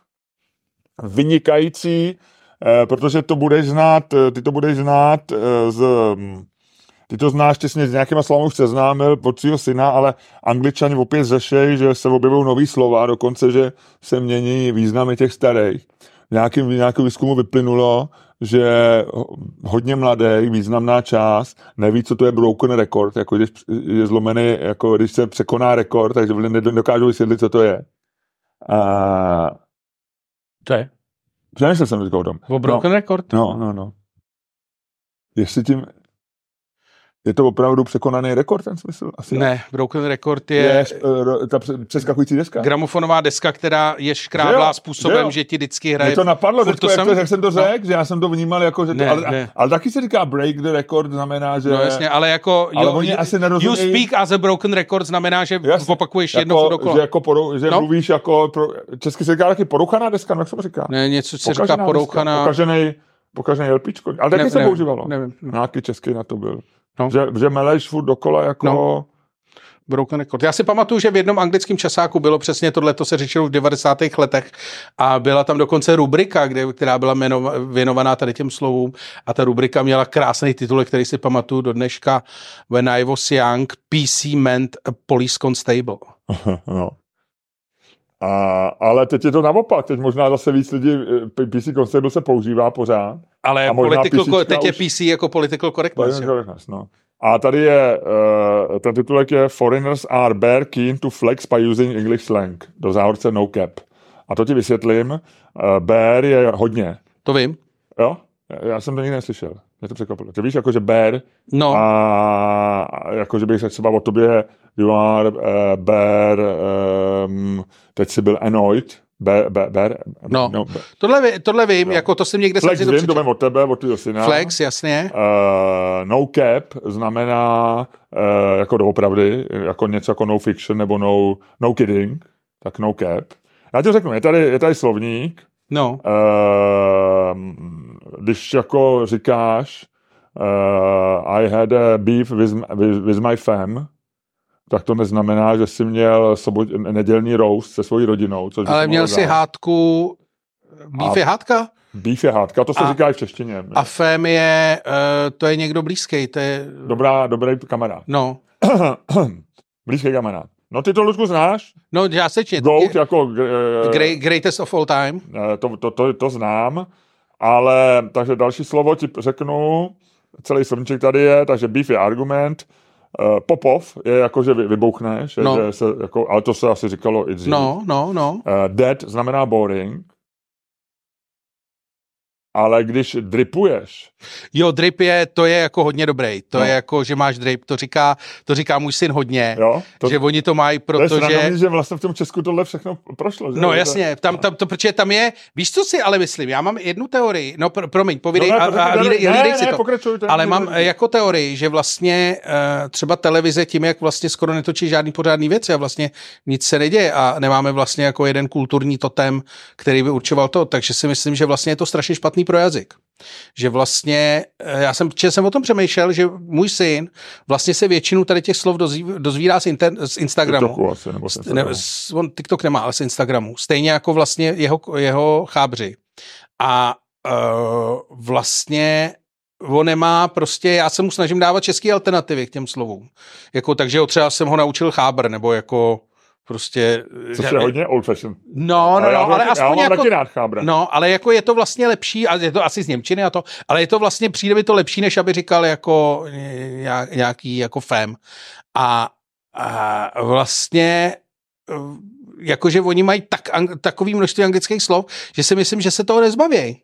vynikající, eh, protože to budeš znát, ty to budeš znát eh, z... Ty to znáš, ty jsi mě s nějakýma slovami už seznámil od svého syna, ale Angličani opět řešejí, že se objevují nový slova, dokonce, že se mění významy těch starých. V nějakém, nějakém výzkumu vyplynulo, že hodně mladý, významná část, neví, co to je broken record, jako když je zlomený, jako když se překoná rekord, takže nedokážou vysvětlit, co to je. A... To je? Přemýšlel jsem teďka o tom. O broken no, record? No, no, no. Jestli tím... Je to opravdu překonaný rekord, ten smysl? Asi ne, broken record je... je ta přeskakující deska. Gramofonová deska, která je škráblá způsobem, že, že ti vždycky hraje... Mě to napadlo, teď, to jak, jsem... to, jak jsem to řekl, no. Že já jsem to vnímal jako, že ne, to... Ale, ne. ale taky se říká break the record, znamená, že... No jasně, ale jako... Ale jo, oni asi nerozumějí... You speak as a broken record znamená, že jasně, opakuješ jako, jednou dokola. Že, jako poru, že no? mluvíš jako... Pro, česky se říká taky porouchaná deska, no jak se to říká? Ne, něco se říká porouchaná... Pokaženej, pokaženej LPčko. Ale taky ne, se ne, používalo. Nevím. Nějaký český na to byl. No. Že, že meleš furt dokola jako... No. Broken record. Já si pamatuju, že v jednom anglickém časáku bylo přesně tohle, to se řešilo v devadesátých letech a byla tam dokonce rubrika, kde, která byla jmenova, věnovaná tady těm slovům a ta rubrika měla krásný titulek, který si pamatuju do dneška. When I was young, P C meant a police constable. No. A, ale teď je to naopak, teď možná zase víc lidí, P C constable se používá pořád. Ale political, teď je P C jako political correctness. correctness no. A tady je, uh, ten titulek je Foreigners are bare keen to flex by using English slang. Do závorce no cap. A to ti vysvětlím. Uh, bare je hodně. To vím. Jo? Já jsem to nikdy neslyšel. Mě to překvapilo. Ty víš, jakože bare. No. A jakože bych řekl třeba o tobě you are uh, bare, um, teď jsi byl annoyed. Bear, bear, bear, no, no bear. Tohle, tohle vím, no. Jako to jsem někde... Flex jsem vím, to vím od tebe, od tvýho syna. Flex, jasně. Uh, no cap znamená uh, jako doopravdy, jako něco jako no fiction nebo no, no kidding, tak no cap. Já ti řeknu, je tady, je tady slovník. No. Uh, když jako říkáš uh, I had a beef with, with, with my fam, tak to neznamená, že jsi měl sobot, nedělní roast se svojí rodinou. Což ale měl jsi hádku... Beef je hádka? Beef je hádka, to se a, říká i v češtině. A fém je, uh, to je někdo blízký, to je... Dobrá, dobrý kamarád. No. Blízký kamarád. No ty to, Luďku, znáš? No, částečně. Goat jako... Uh, great, greatest of all time. Uh, to, to, to, to znám, ale takže další slovo ti řeknu, celý slovníček tady je, takže beef je argument. Uh, Popov je jako, že vy, vybouchneš, no. Že se, jako, ale to se asi říkalo i dřív. No, no, no. Uh, dead znamená boring, ale když dripuješ... Jo, drip je, to je jako hodně dobrý. To no. je jako, že máš drip, to říká, to říká můj syn hodně, jo, to, že oni to mají, protože... To je srandomí, že vlastně v tom Česku tohle všechno prošlo. Že? No jasně, tam, tam to, protože tam je, víš, co si ale myslím, já mám jednu teorii, no pr- promiň, povídej no, ne, a, a lídej, ne, lídej si ne, to, pokračuj, ale mám ne. jako teorii, že vlastně uh, třeba televize tím, jak vlastně skoro netočí žádný pořádný věci a vlastně nic se neděje a nemáme vlastně jako jeden kulturní totem, který by určoval to, takže si myslím, že vlastně je to strašně špatný pro jazyk. Že vlastně, já jsem, jsem o tom přemýšlel, že můj syn vlastně se většinu tady těch slov dozví, dozvírá z, inter, z Instagramu. TikToku asi, nebo z Instagramu. Ne, on TikTok nemá, ale z Instagramu. Stejně jako vlastně jeho, jeho chábři. A uh, vlastně on nemá prostě, já se mu snažím dávat české alternativy k těm slovům. Jako, takže ho třeba jsem ho naučil chábr, nebo jako prostě... Což je hodně old fashion. No, no, no, ale aspoň já jako... rád chábra. No, ale jako je to vlastně lepší, a je to asi z němčiny a to, ale je to vlastně, přijde mi to lepší, než aby říkal jako nějaký jako fém. A, a vlastně jakože oni mají tak, takový množství anglických slov, že si myslím, že se toho nezbavějí.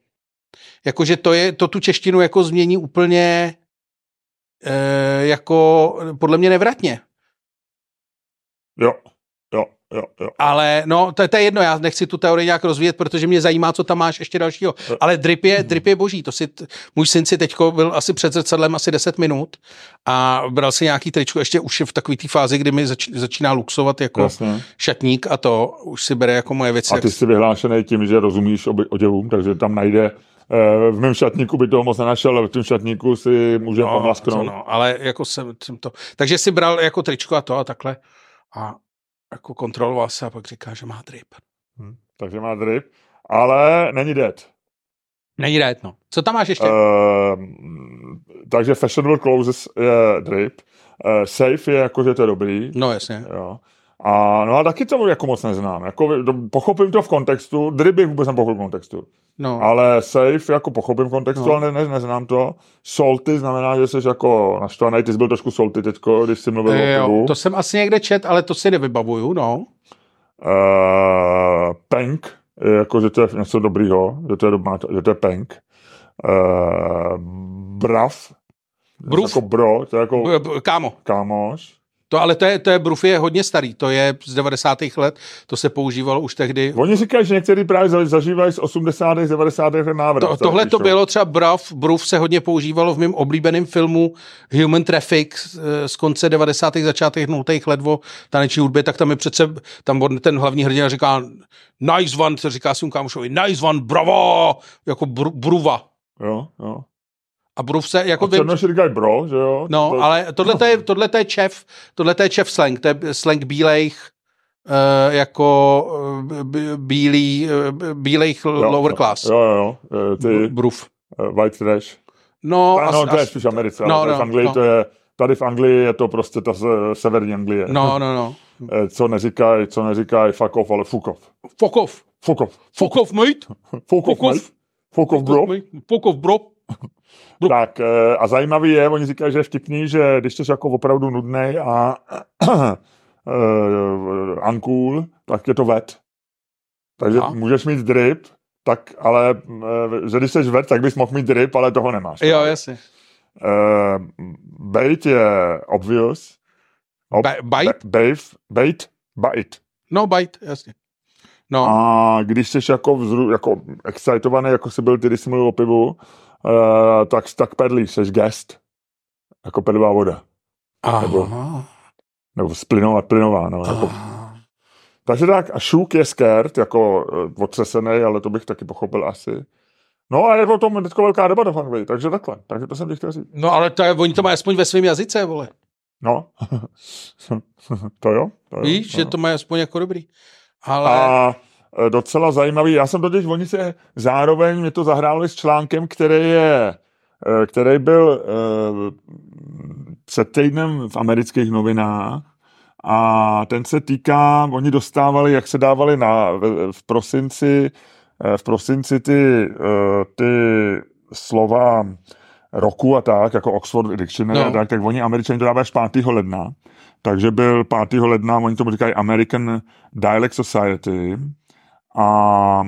Jakože to je, to tu češtinu jako změní úplně e, jako podle mě nevratně. Jo, jo, jo, jo. Ale no, to, to je jedno, já nechci tu teorii nějak rozvíjet, protože mě zajímá, co tam máš ještě dalšího. Ale drip je, drip je boží, to si, t- můj syn si teďko byl asi před zrcadlem asi deset minut a bral si nějaký tričko, ještě už je v takové té fázi, kdy mi zač, začíná luxovat jako Jasně. šatník a to už si bere jako moje věci. A ty jsi vyhlášený tím, že rozumíš oděvům, takže tam najde v mém šatníku by toho moc nenašel, ale v tom šatníku si může no, pomlasknout. No, ale jako jsem, jsem to... Takže si bral jako tričko a to a takhle a jako kontroloval se a pak říká, že má drip. Hmm, takže má drip, ale není dead. Není dead, no. Co tam máš ještě? Uh, takže fashionable clothes je drip. Uh, safe je jako, že to je dobrý. No jasně. Jo. A no a taky to jako moc neznám. Jako, pochopím to v kontextu, drip bych vůbec nepochopil v kontextu. No. Ale safe jako pochopím v kontextu, no. ale ne, ne, neznám to. Salty znamená, že jsi jako naštvaný, ty jsi byl trošku salty teďko, když jsi mluvil e, o pivu. To jsem asi někde čet, ale to si nevybavuju, no. Uh, pank, jako, že to je něco dobrýho, že to je, že to je pank. Uh, brav, Bruf? Jako bro, to je jako... B- kámo. Kámoš. To, ale to je, to je bruf je hodně starý, to je z devadesátých let, to se používalo už tehdy. Oni říkají, že některý právě zažívají z osmdesátých, devadesátých let návrat. To, tohle to bylo třeba bruf, bruf se hodně používalo v mém oblíbeném filmu Human Traffic z konce devadesátých, začátých nultých let o taneční hudbě, tak tam je přece, tam ten hlavní hrdina říká nice one, to říká svým kámošovi, nice one, bravo, jako br- bruva. Jo, jo. A bruf se jako... A černoši říkají bro, že jo? No, to... ale tohle je, tohle je čef, tohle je čef slang, to je slang bílejch, uh, jako uh, bílý, uh, bílejch jo, lower class. Jo, jo, jo. Ty... Bruf. Uh, white trash. No, Ta, as, no to je as, spíš Americe, no, ale no, v Anglii no. to je, tady v Anglii je to prostě ta severní Anglie. No, no, no. Co neříkají, co neříkají fuck off, ale fuck off. Fuck off. Fuck off. Fuck off, mate. Fuck off, mate. Fuck off, bro. Fuck off, bro. Bro. Tak a zajímavý je, oni říkají, že je vtipný, že když jsi jako opravdu nudnej a uh, uncool, tak je to wet. Takže Aha. můžeš mít drip, tak, ale uh, že když jsi wet, tak bys mohl mít drip, ale toho nemáš. Jo, jasně. Uh, bait je obvious. Ob, ba- bait? Bait? Bait? Bait. No, bait, jasně. No. A když jsi jako, vzru, jako excitovaný, jako jsi byl ty, když jsi mluvil o pivu, Uh, tak, tak pedlíš, seš guest. Jako pedlová voda. Aha. Nebo, nebo splinová, plynová. No, jako. Takže tak, a šuk je scared, jako uh, otřesený, ale to bych taky pochopil asi. No a je o tom teďko velká debata v Anglii, takže takhle. Takže to jsem ti chtěl říct. No ale to je, oni to mají aspoň ve svém jazyce, vole. No. to jo. To jo Víš, no. že to mají aspoň jako dobrý. Ale... A docela zajímavý. Já jsem totiž, oni se zároveň mě to zahráli s článkem, který je, který byl uh, před týdnem v amerických novinách a ten se týká, oni dostávali, jak se dávali na, v, v prosinci, v prosinci ty, uh, ty slova roku a tak, jako Oxford Dictionary no. a tak, tak oni Američani to dávají až pátého ledna. Takže byl pátého ledna, oni tomu říkají American Dialect Society. A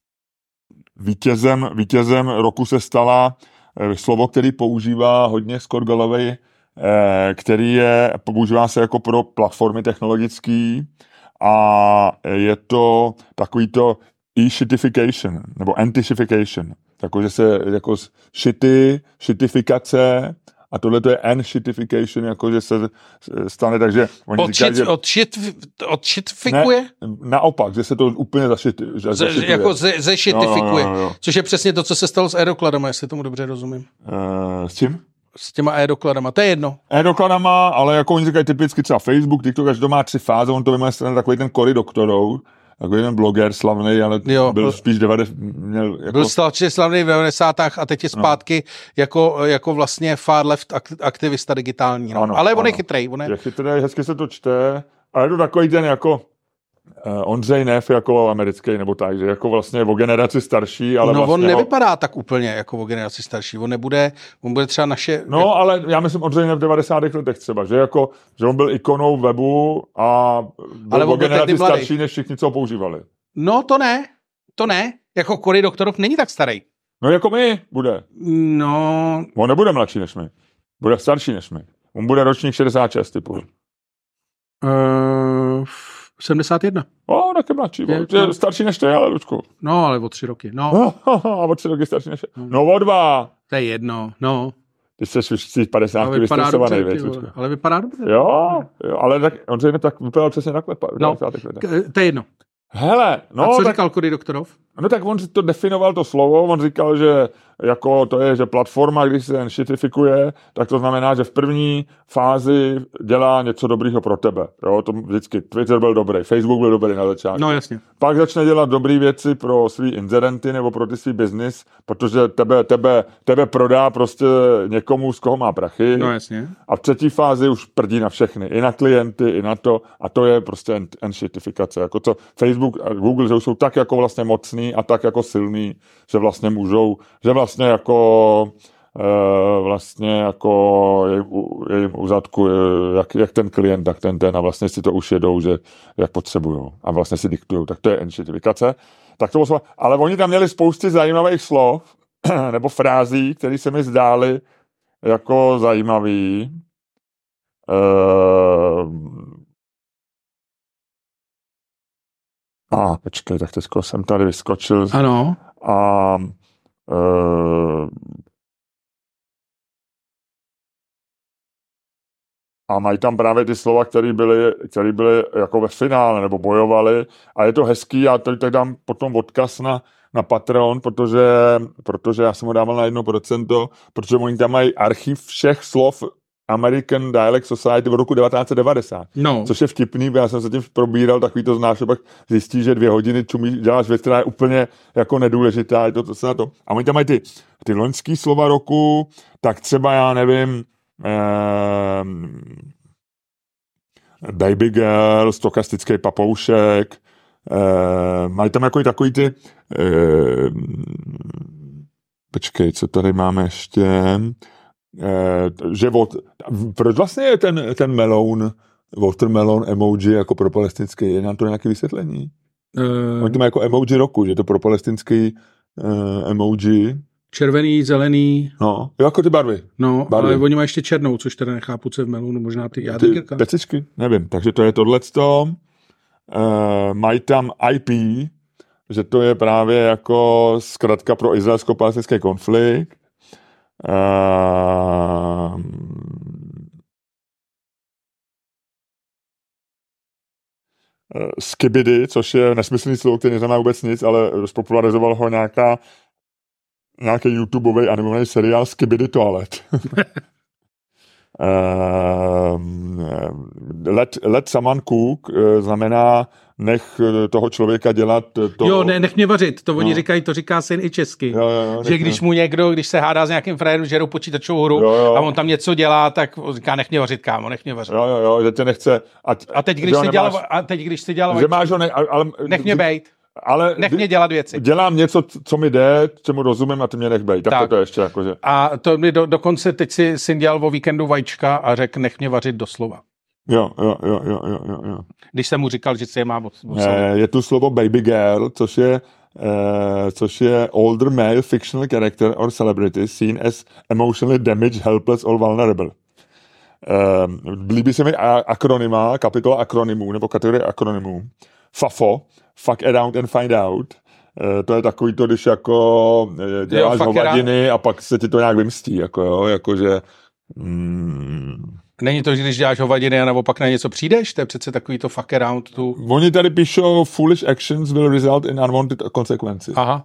vítězem, vítězem roku se stala eh, slovo, který používá hodně Scott Galloway, eh, který je, používá se jako pro platformy technologické a je to takový to e-shitification, nebo anti-shitification. Takže se jako shity, shitifikace a tohle to je n-shitification, jakože se stane, takže oni od říkají, shit, že... Od, shit, od shitfikuje? Ne, naopak, že se to úplně zašit, za, ze, zašituje. Jako ze, zešitifikuje, no, no, no, no. Což je přesně to, co se stalo s e-dokladama, jestli tomu dobře rozumím. Uh, s čím? S těma e-dokladama, to je jedno. E-dokladama, ale jako oni říkají typicky třeba Facebook, TikTok, až to má tři fáze, on to vymyslel takový ten Cory Doctorow, takový ten bloger slavný, ale jo, byl spíš devadesát... Měl jako... Byl strašně slavný v devadesátých a teď je zpátky no. jako, jako vlastně far left aktivista digitální. No. Ano, ale on ano. je chytrej. On je... je chytrej, hezky se to čte, ale je to takový ten jako uh, Ondřej Neff jako americký, nebo tak, že jako vlastně o generaci starší, ale no vlastně... on ho... nevypadá tak úplně jako o generaci starší, on nebude, on bude třeba naše... No, ale já myslím Ondřej Neff v devadesátých letech třeba, že jako, že on byl ikonou webu a byl ale o generaci starší, než všichni, co ho používali. No to ne, to ne, jako Cory Doctorow není tak starý. No jako my bude. No. On nebude mladší než my. Bude starší než my. On bude ročník šedesát šest typu. Uh, sedmdesát jedna. O, taky mladší. Je, no. Starší než ty, ale Lučku. No, ale o tři roky. No. A o tři roky starší než ty. No o dva. To je jedno, no. Ty jsi už z padesátky vystresovaný, věc. Ale vypadá dobře. Jo, jo, ale tak, on se tak vypadal přesně takhle. No, to je jedno. Hele, no. A co tak, říkal Cory Doctorow? No tak on to definoval to slovo, on říkal, že jako to je, že platforma, když se enshitifikuje, tak to znamená, že v první fázi dělá něco dobrýho pro tebe. Jo, to vždycky Twitter byl dobrý, Facebook byl dobrý na začátku. No jasně. Pak začne dělat dobré věci pro svý inzerenty nebo pro ty svý business, protože tebe, tebe, tebe prodá prostě někomu, z koho má prachy. No jasně. A v třetí fázi už prdí na všechny, i na klienty, i na to, a to je prostě enshitifikace. Jako to Facebook a Google, že už jsou tak jako vlastně mocný a tak jako silný, že vlastně můžou, že vlastně jako e, vlastně jako jejím uzadku, jak, jak ten klient, tak ten ten a vlastně si to už jedou, že jak potřebujou a vlastně si diktujou, tak to je enšitifikace. Tak to bylo, ale oni tam měli spousty zajímavých slov nebo frází, které se mi zdály jako zajímavý. E, A, počkej, tak teďko jsem tady vyskočil. Ano. A uh, a mají tam právě ty slova, které byly, které byly jako ve finále, nebo bojovali. A je to hezký, a tady tak dám potom odkaz na, na Patreon, protože, protože já jsem ho dával na jedno procento, protože oni tam mají archiv všech slov American Dialect Society v roku devatenáct set devadesát. No. Což je vtipný, já jsem se tím probíral, takový to znáš, a pak zjistíš, že dvě hodiny čumí, děláš věc, která je úplně jako nedůležitá, je to, to se na to. A oni tam mají ty, ty loňský slova roku, tak třeba já nevím, eh, baby girl, stokastický papoušek, eh, mají tam jako takový ty, eh, počkej, co tady máme ještě, Eh, že od, proč vlastně je ten, ten melon, watermelon emoji jako pro palestinský, je nám to nějaké vysvětlení? Uh, Oni to mají jako emoji roku, že to pro palestinský uh, emoji. Červený, zelený. No, jako ty barvy. No, barvy. Ale oni mají ještě černou, což teda nechápu, co je v melonu, možná ty jádrka. Ty pecičky, nevím, takže to je tohleto. Uh, mají tam I P, že to je právě jako zkratka pro izraelsko-palestinský konflikt. Uh, skibidi, což je nesmyslný slovo, který neznamená vůbec nic, ale rozpopularizoval ho nějaká nějaký YouTubeový animovaný seriál Skibidi Toilet. uh, let, let someone cook znamená nech toho člověka dělat to... Jo, ne, nech mě vařit, to oni no. říkají, to říká syn i česky. Jo, jo, jo, že když mu někdo, když se hádá s nějakým frajerem, že jdou počítačovou hru jo, jo. a on tam něco dělá, tak říká, nech mě vařit, kámo, nech mě vařit. Jo, jo, jo, že tě nechce... A, a teď, když si dělal, a teď, když si dělal... Že máš ho ne, ale, nech mě bejt. Ale nech mě dělat věci. Dělám něco, co mi jde, čemu rozumím, a ty mě nech bejt. Tak, tak to je ještě jakože... A to mi do, dokonce teď si syn dělal o víkendu vajíčka a řekl, nech mě vařit doslova. Jo, jo, jo, jo, jo, jo. Když jsem mu říkal, že se je má moc. Je, je tu slovo baby girl, což je, uh, což je older male fictional character or celebrity seen as emotionally damaged, helpless or vulnerable. Uh, líbí se mi akronyma, kapitola akronymů, nebo kategorie akronymů. FAFO, fuck around and find out. Uh, to je takový to, když jako děláš jo, hovadiny a pak se ti to nějak vymstí, jako jo, jakože... Mm, Není to, že když děláš hovadiny a naopak na něco přijdeš? To je přece takový to fuck around tu... Oni tady píšou foolish actions will result in unwanted consequences. Aha.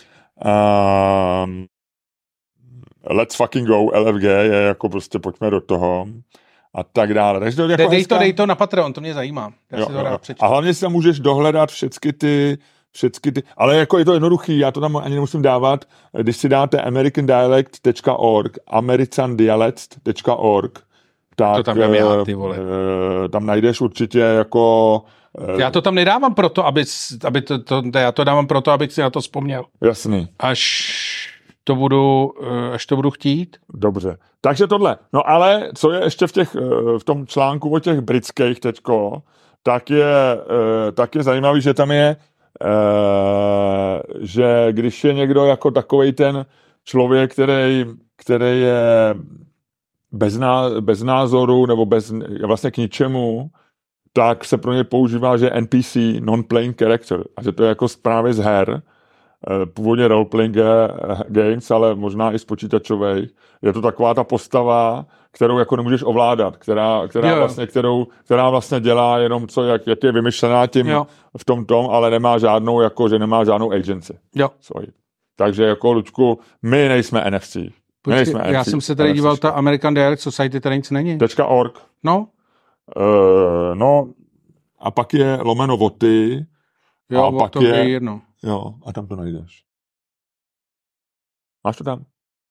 Um, let's fucking go, L F G je jako prostě pojďme do toho a tak dále. Takže to jako dej, dej, hezká... to, dej to na Patreon, to mě zajímá. Já jo, si to rád a hlavně si tam můžeš dohledat všechny ty Všechny ty, ale jako je to jednoduchý, já to tam ani nemusím dávat, když si dáte american dialect tečka org, american dialect tečka org, tak to tam, já, ty vole. E, tam najdeš určitě jako... E, já to tam nedávám proto, aby, aby to, to, já to dávám proto, abych si na to vzpomněl. Jasný. Až to budu, až to budu chtít. Dobře. Takže tohle. No ale co je ještě v, těch, v tom článku o těch britských teďko, tak je, tak je zajímavý, že tam je že když je někdo jako takovej ten člověk, který, který je bez, ná, bez názoru nebo bez, vlastně k ničemu, tak se pro ně používá, že N P C, non-playing character, a že to je jako právě z her, původně role-playing games, ale možná i z počítačových. Je to taková ta postava, kterou jako nemůžeš ovládat, která, která, vlastně, kterou, která vlastně dělá jenom co, jak, jak je vymyšlená tím jo. v tom tom, ale nemá žádnou, jako, že nemá žádnou agency. Jo. Takže jako, Luďku, my nejsme N F C. Počkej, nejsme já N F C, jsem se tady díval, ta American Direct Society, tady nic není. .org. No. Uh, no, a pak je lomeno voty. Jo, a pak to je jedno. Jo, a tam to najdeš. Máš to tam?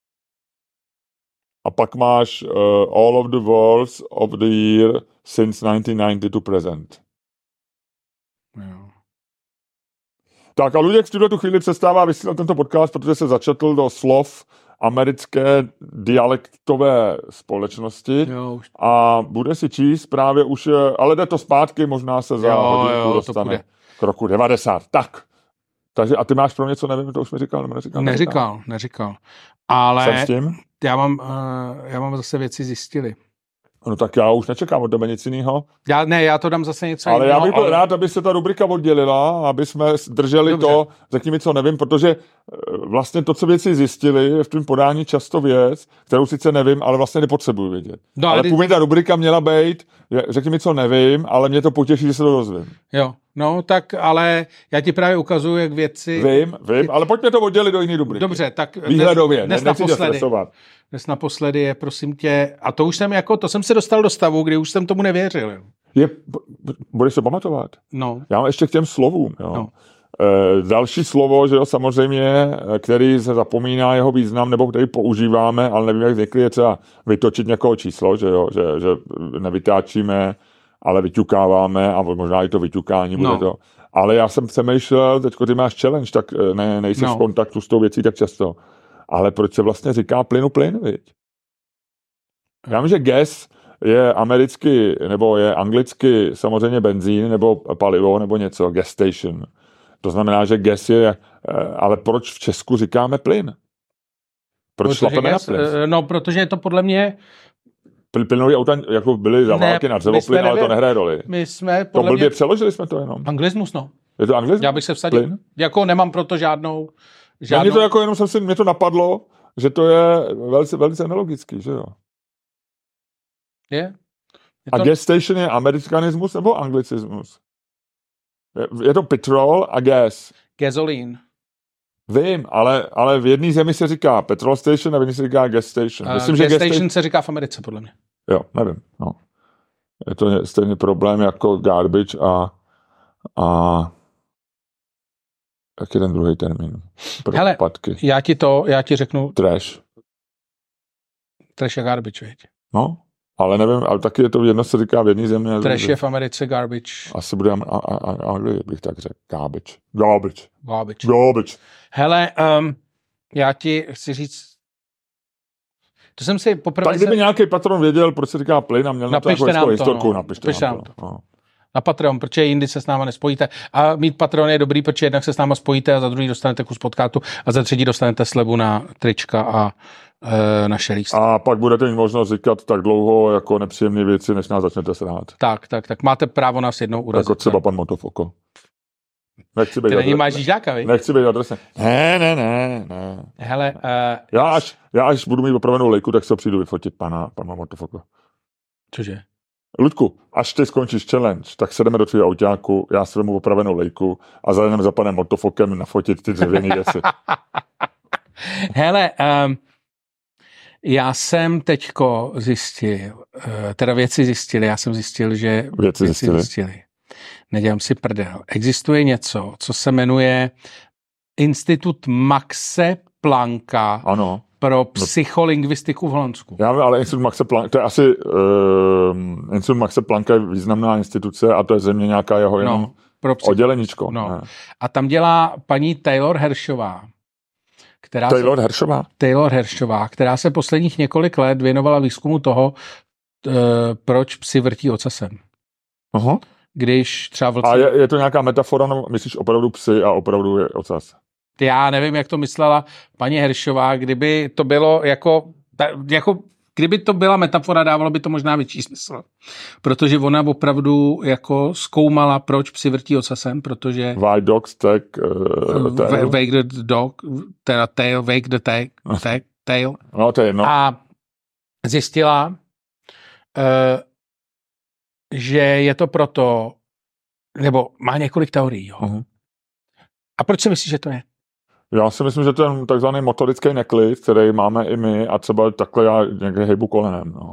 A pak máš uh, all of the worlds of the year since nineteen ninety to present. Jo. Tak a Luděk v tuto chvíli přestává vysílat tento podcast, protože se začetl do slov americké dialektové společnosti jo, a bude si číst právě už, ale jde to zpátky, možná se za jo, hodinku jo, dostane k roku devadesát. Tak. Takže a ty máš pro něco, nevím, to už mi říkal, nebo neříkal? Neříkal, neříkal. Ale jsem s tím? Já mám, uh, já mám zase věci zjistili. No tak já už nečekám od tebe nic jiného. Já, ne, já to dám zase něco ale jiného. Ale já bych byl ale... rád, aby se ta rubrika oddělila, aby jsme drželi Dobře. to, řekni mi, co nevím, protože vlastně to, co věci zjistili, je v tom podání často věc, kterou sice nevím, ale vlastně nepotřebuji vědět. No, ale ale původně ty... ta rubrika měla být, řekni mi, co nevím, ale mě to potěší, že se to dozvím. Jo, no tak, ale já ti právě ukazuju, jak věci... Vím, vím, ale pojďme to oddělit do jiné rubriky. Dobře, tak... Výhledově, dnes, dnes naposledy. Dnes naposledy je, prosím tě, a to už jsem jako, to jsem se dostal do stavu, kdy už jsem tomu nevěřil. Jo. Je, budeš se pamatovat? No. Já mám ještě k těm slovům, jo. No. E, další slovo, že jo, samozřejmě, který se zapomíná jeho význam, nebo který používáme, ale nevím, jak zvykli, je třeba vytočit někoho číslo, že jo, že, že nevytáčíme, ale vyťukáváme a možná i to vyťukání bude no. to. Ale já jsem přemýšlel, teďko ty máš challenge, tak ne, nejsi no. v kontaktu s tou věcí tak často. Ale proč se vlastně říká plynu plyn, viď? Já vím, že gas je americky, nebo je anglicky samozřejmě benzín, nebo palivo, nebo něco, gas station. To znamená, že gas je, ale proč v Česku říkáme plyn? Proč šlapeme na plyn? No, protože je to podle mě... Plynový auta jako byly za války na dřevoplyn, ale to nehraje roli. My jsme podle To blbě mě... přeložili jsme to jenom. Anglismus, no. Je to anglismus? Já bych se vsadil. Plyn? Jako nemám proto žádnou... žádnou... Mě to jako jenom jsem si, mě to napadlo, že to je velice, velice nelogický, že jo? Je? je to... A gas station je amerikanismus nebo anglicismus? Je, je to petrol a gas. Gasolín. Vím, ale, ale v jedné zemi se říká petrol station a v jedné se říká gas station. Myslím, uh, že gas station station se říká v Americe, podle mě. Jo, nevím. No. Je to stejný problém jako garbage a, a jak je ten druhý termín? Pro Hele, odpadky. já ti to, já ti řeknu. Trash. Trash a garbage, veď. No, ale nevím, ale taky je to jedno se říká v jedné země. Trash je v Americe, garbage. Asi bude Anglie, bych tak řekl. Garbage. Garbage. Garbage. Garbage. Hele, um, já ti chci říct, to jsem si poprvé... Tak kdyby se... nějaký patron věděl, proč se říká plyn a měl napište na to jako historku, no. napište, napište nám to. No. Na Patreon, protože jindy se s náma nespojíte. A mít Patreon je dobrý, protože jednak se s náma spojíte a za druhý dostanete kus podcastu a za třetí dostanete slevu na trička a e, naše lístky. A pak budete mít možnost říkat tak dlouho jako nepříjemné věci, než nás začnete srát. Tak, tak, tak. Máte právo nás jednou urazit. Jako třeba pan Motofoko. Nechci být Ty není máš žížáka, vy? Nechci být adresně. Ne, ne, ne, ne. Hele, uh, já, až, já až budu mít opravenou lejku, tak se přijdu vyfotit pana, pana Motofoko. Cože? Ludku, až ty skončíš challenge, tak se jdeme do tvýho autáku, já si vemu opravenou lejku a zajdeme za panem Motofokem nafotit ty dřevěný věci. Hele, um, já jsem teďko zjistil, uh, teda věci zjistili, já jsem zjistil, že věci, věci zjistili. zjistili. Nedělám si prdel. Existuje něco, co se jmenuje Institut Maxe Plancka ano. pro psycholingvistiku v Holandsku. Já vím, ale Institut Maxe Plancka, to je asi uh, Institut Maxe Plancka je významná instituce a to je země nějaká jeho jenom no, pro psych... odděleníčko. No. A tam dělá paní Taylor Hershová. Která Taylor se... Hershová? Taylor Hershová, která se posledních několik let věnovala výzkumu toho, uh, proč psi vrtí ocasem. Aha. když třeba vlci... A je, je to nějaká metafora, no, myslíš opravdu psy a opravdu je ocas? Já nevím, jak to myslela paní Heršová, kdyby to bylo jako, jako kdyby to byla metafora, dávalo by to možná větší smysl. Protože ona opravdu jako zkoumala, proč psi vrtí ocasem, protože... Why dogs take uh, tail? Wake the dog, teda tail, wake the tail, tail. No, tail, no. A zjistila, uh, že je to proto, nebo má několik teorií. Jo. Uh-huh. A proč si myslíš, že to je? Já si myslím, že to je takzvaný motorický neklid, který máme i my a třeba takhle já někde hejbu kolenem. No.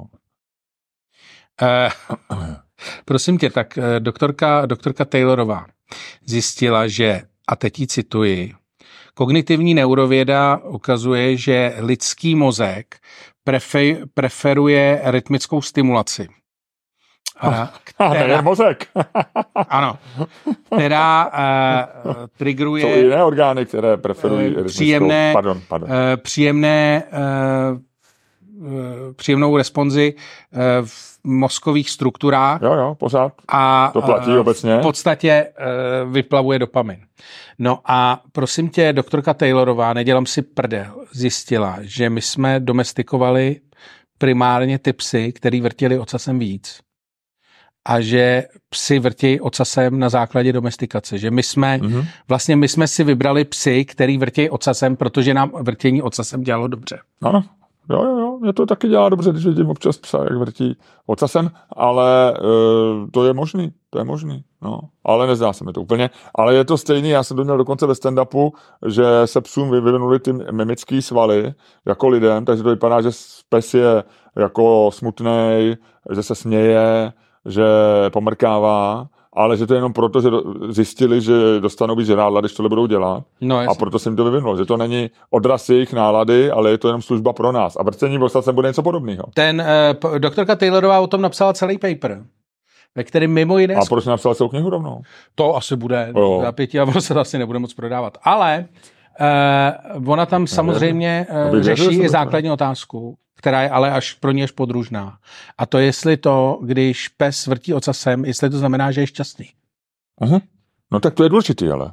Uh, prosím tě, tak doktorka, doktorka Taylorová zjistila, že, a teď ji cituji, kognitivní neurověda ukazuje, že lidský mozek prefe, preferuje rytmickou stimulaci. A, která, ne, mozek. Ano. Která uh, trigruje... Jsou jiné orgány, které preferují uh, příjemné, pardon, pardon. Uh, příjemné, uh, uh, příjemnou responzi uh, v mozkových strukturách. Jo, jo, pořád. A to platí uh, obecně. V podstatě uh, vyplavuje dopamin. No a prosím tě, doktorka Taylorová, nedělám si prdel, zjistila, že my jsme domestikovali primárně ty psy, který vrtili ocasem víc. A že psi vrtějí ocasem na základě domestikace. Že my jsme, mm-hmm. vlastně my jsme si vybrali psy, který vrtějí ocasem, protože nám vrtění ocasem dělalo dobře. Ano, jo, jo, jo, mě to taky dělá dobře, když vidím občas psa, jak vrtí ocasem, ale uh, to je možný, to je možný, no. Ale nezdá se mi to úplně. Ale je to stejný, já jsem to měl dokonce ve stand-upu, že se psům vyvinuli ty mimický svaly jako lidem, takže to vypadá, že pes je jako smutnej, že se směje, že pomrkává, ale že to je jenom proto, že zjistili, že dostanou víc žrádla, když tohle budou dělat. No, a proto se jim to vyvinulo. Že to není odraz jejich nálady, ale je to jenom služba pro nás. A vrcení ocasem bude něco podobného. Ten uh, doktorka Taylorová o tom napsala celý paper, ve kterém mimo jiné... A proč napsala celou knihu rovnou? To asi bude za pěti a ono se to asi nebude moc prodávat. Ale uh, ona tam samozřejmě uh, řeší i základní otázku, která je ale až pro ně až podružná. A to jestli to, když pes vrtí ocasem, jestli to znamená, že je šťastný. Uh-huh. No tak to je důležitý, ale.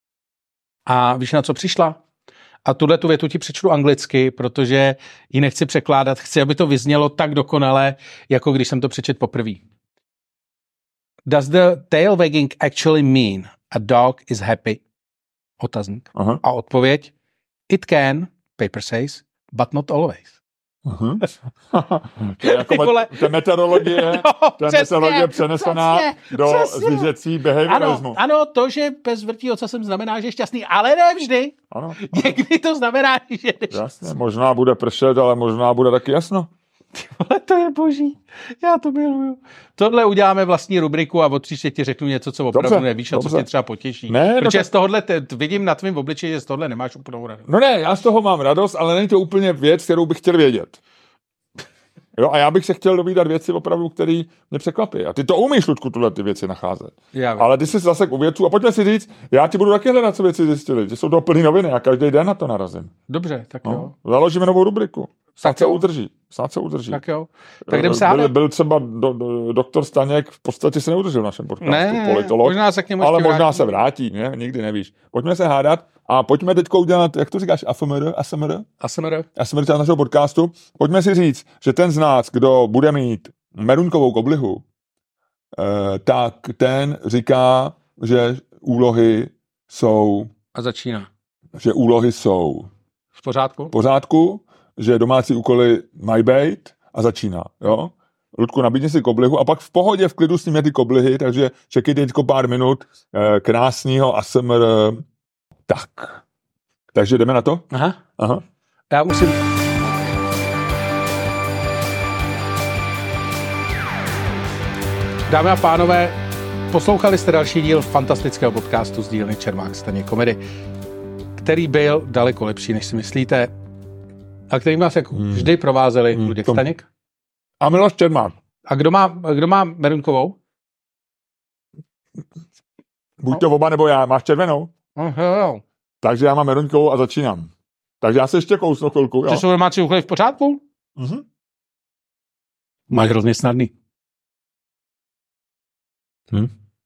A víš, na co přišla? A tuhle tu větu ti přečtu anglicky, protože ji nechci překládat. Chci, aby to vyznělo tak dokonale, jako když jsem to přečet poprvé. Does the tail wagging actually mean a dog is happy? Otazník. Uh-huh. A odpověď? It can, paper says, but not always. Uh-huh. To je jako met, to meteorologie, no, to je meteorologie přenesená do zvířecí behavioralismu. Ano, ano, to, že pes vrtí ocasem znamená, že je šťastný, ale ne vždy. Ano. Někdy to znamená, že je jasně, možná bude pršet, ale možná bude taky jasno. Ale to je boží, já to miluju. Tohle uděláme vlastní rubriku a od příště ti řeknu něco, co opravdu dobře, nevíš a co tě třeba potěší. Ne, protože no tak... z tohohle, te, vidím na tvým obličeji, že z tohohle nemáš úplnou radost. No ne, já z toho mám radost, ale není to úplně věc, kterou bych chtěl vědět. Jo, a já bych se chtěl dovídat věci opravdu, které mě překvapí. A ty to umíš, Ludku, tuhle ty věci nacházet. Ale ty jsi zase u vědců. A pojďme si říct, já ti budu taky hledat, co věci zjistili. Že jsou to plný noviny a každý den na to narazím. Dobře, tak no, jo. Založíme novou rubriku. Snad se udrží. Snad se udrží. Tak jo. Tak jdem se byl, byl třeba do, do, doktor Staněk, v podstatě se neudržel v našem podcastu, ne, politolog. Možná se k němu ale možná vrátí. se vrátí, ne? Nikdy nevíš. Pojďme se hádat a pojďme teďko udělat, jak to říkáš, A F M R? A S M R? A S M R. A S M R z našeho podcastu. Pojďme si říct, že ten z nás, kdo bude mít merunkovou koblihu, eh, tak ten říká, že úlohy jsou... A začíná. Že úlohy jsou... V pořádku? V pořádku, že domácí úkoly mají být a začíná, jo? Ludku, nabídni si koblihu a pak v pohodě, v klidu sníme ty koblihy, takže čekejte teďko pár minut eh, krásného A S M R. Tak. Takže jdeme na to? Aha. Aha. Já musím... Dámy a pánové, poslouchali jste další díl fantastického podcastu z dílny Čermák Staněk Komedy, který byl daleko lepší, než si myslíte, a který vás jako hmm. vždy provázeli hmm. Luděk Staněk. A Miloš Čermák. A kdo má, kdo má merunkovou? Buď to oba, nebo já. Máš červenou? Uh, jo, jo. Takže já mám merunkovou a začínám. Takže já se ještě kousnu chvilku. Ty jsou domácí úkoly v pořádku? Mhm. Máš hrozně snadný. Hm?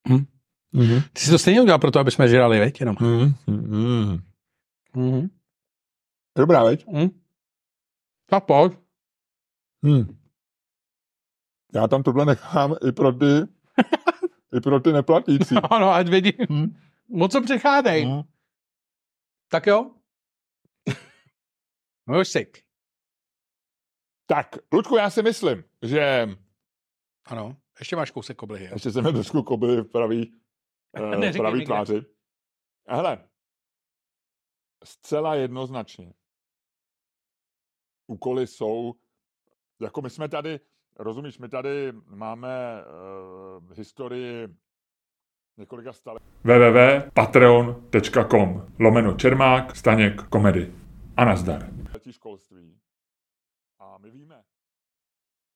Hmm. Mm-hmm. Ty jsi to stejně udělal pro to, aby jsme žrali, veď? Jenom. Mm-hmm. Mm-hmm. Dobrá, veď? Mm. Tak pojď. Hmm. Já tam tohle nechám i pro ty, i pro ty neplatící. Ano, ať vědí. Hmm. Moc co přechádej. Hmm. Tak jo? No už si. Tak, Luďku, já si myslím, že... Ano, ještě máš kousek koblihy. Jo? Ještě jsem trošku koblihy v pravý, v pravý tváři. A hele, zcela jednoznačně. Úkoly jsou, jako my jsme tady, rozumíš, my tady máme uh, historii několika staletí. w w w tečka patreon tečka com lomeno Čermák, Staněk, komedy. A nazdar. Školství. A my víme,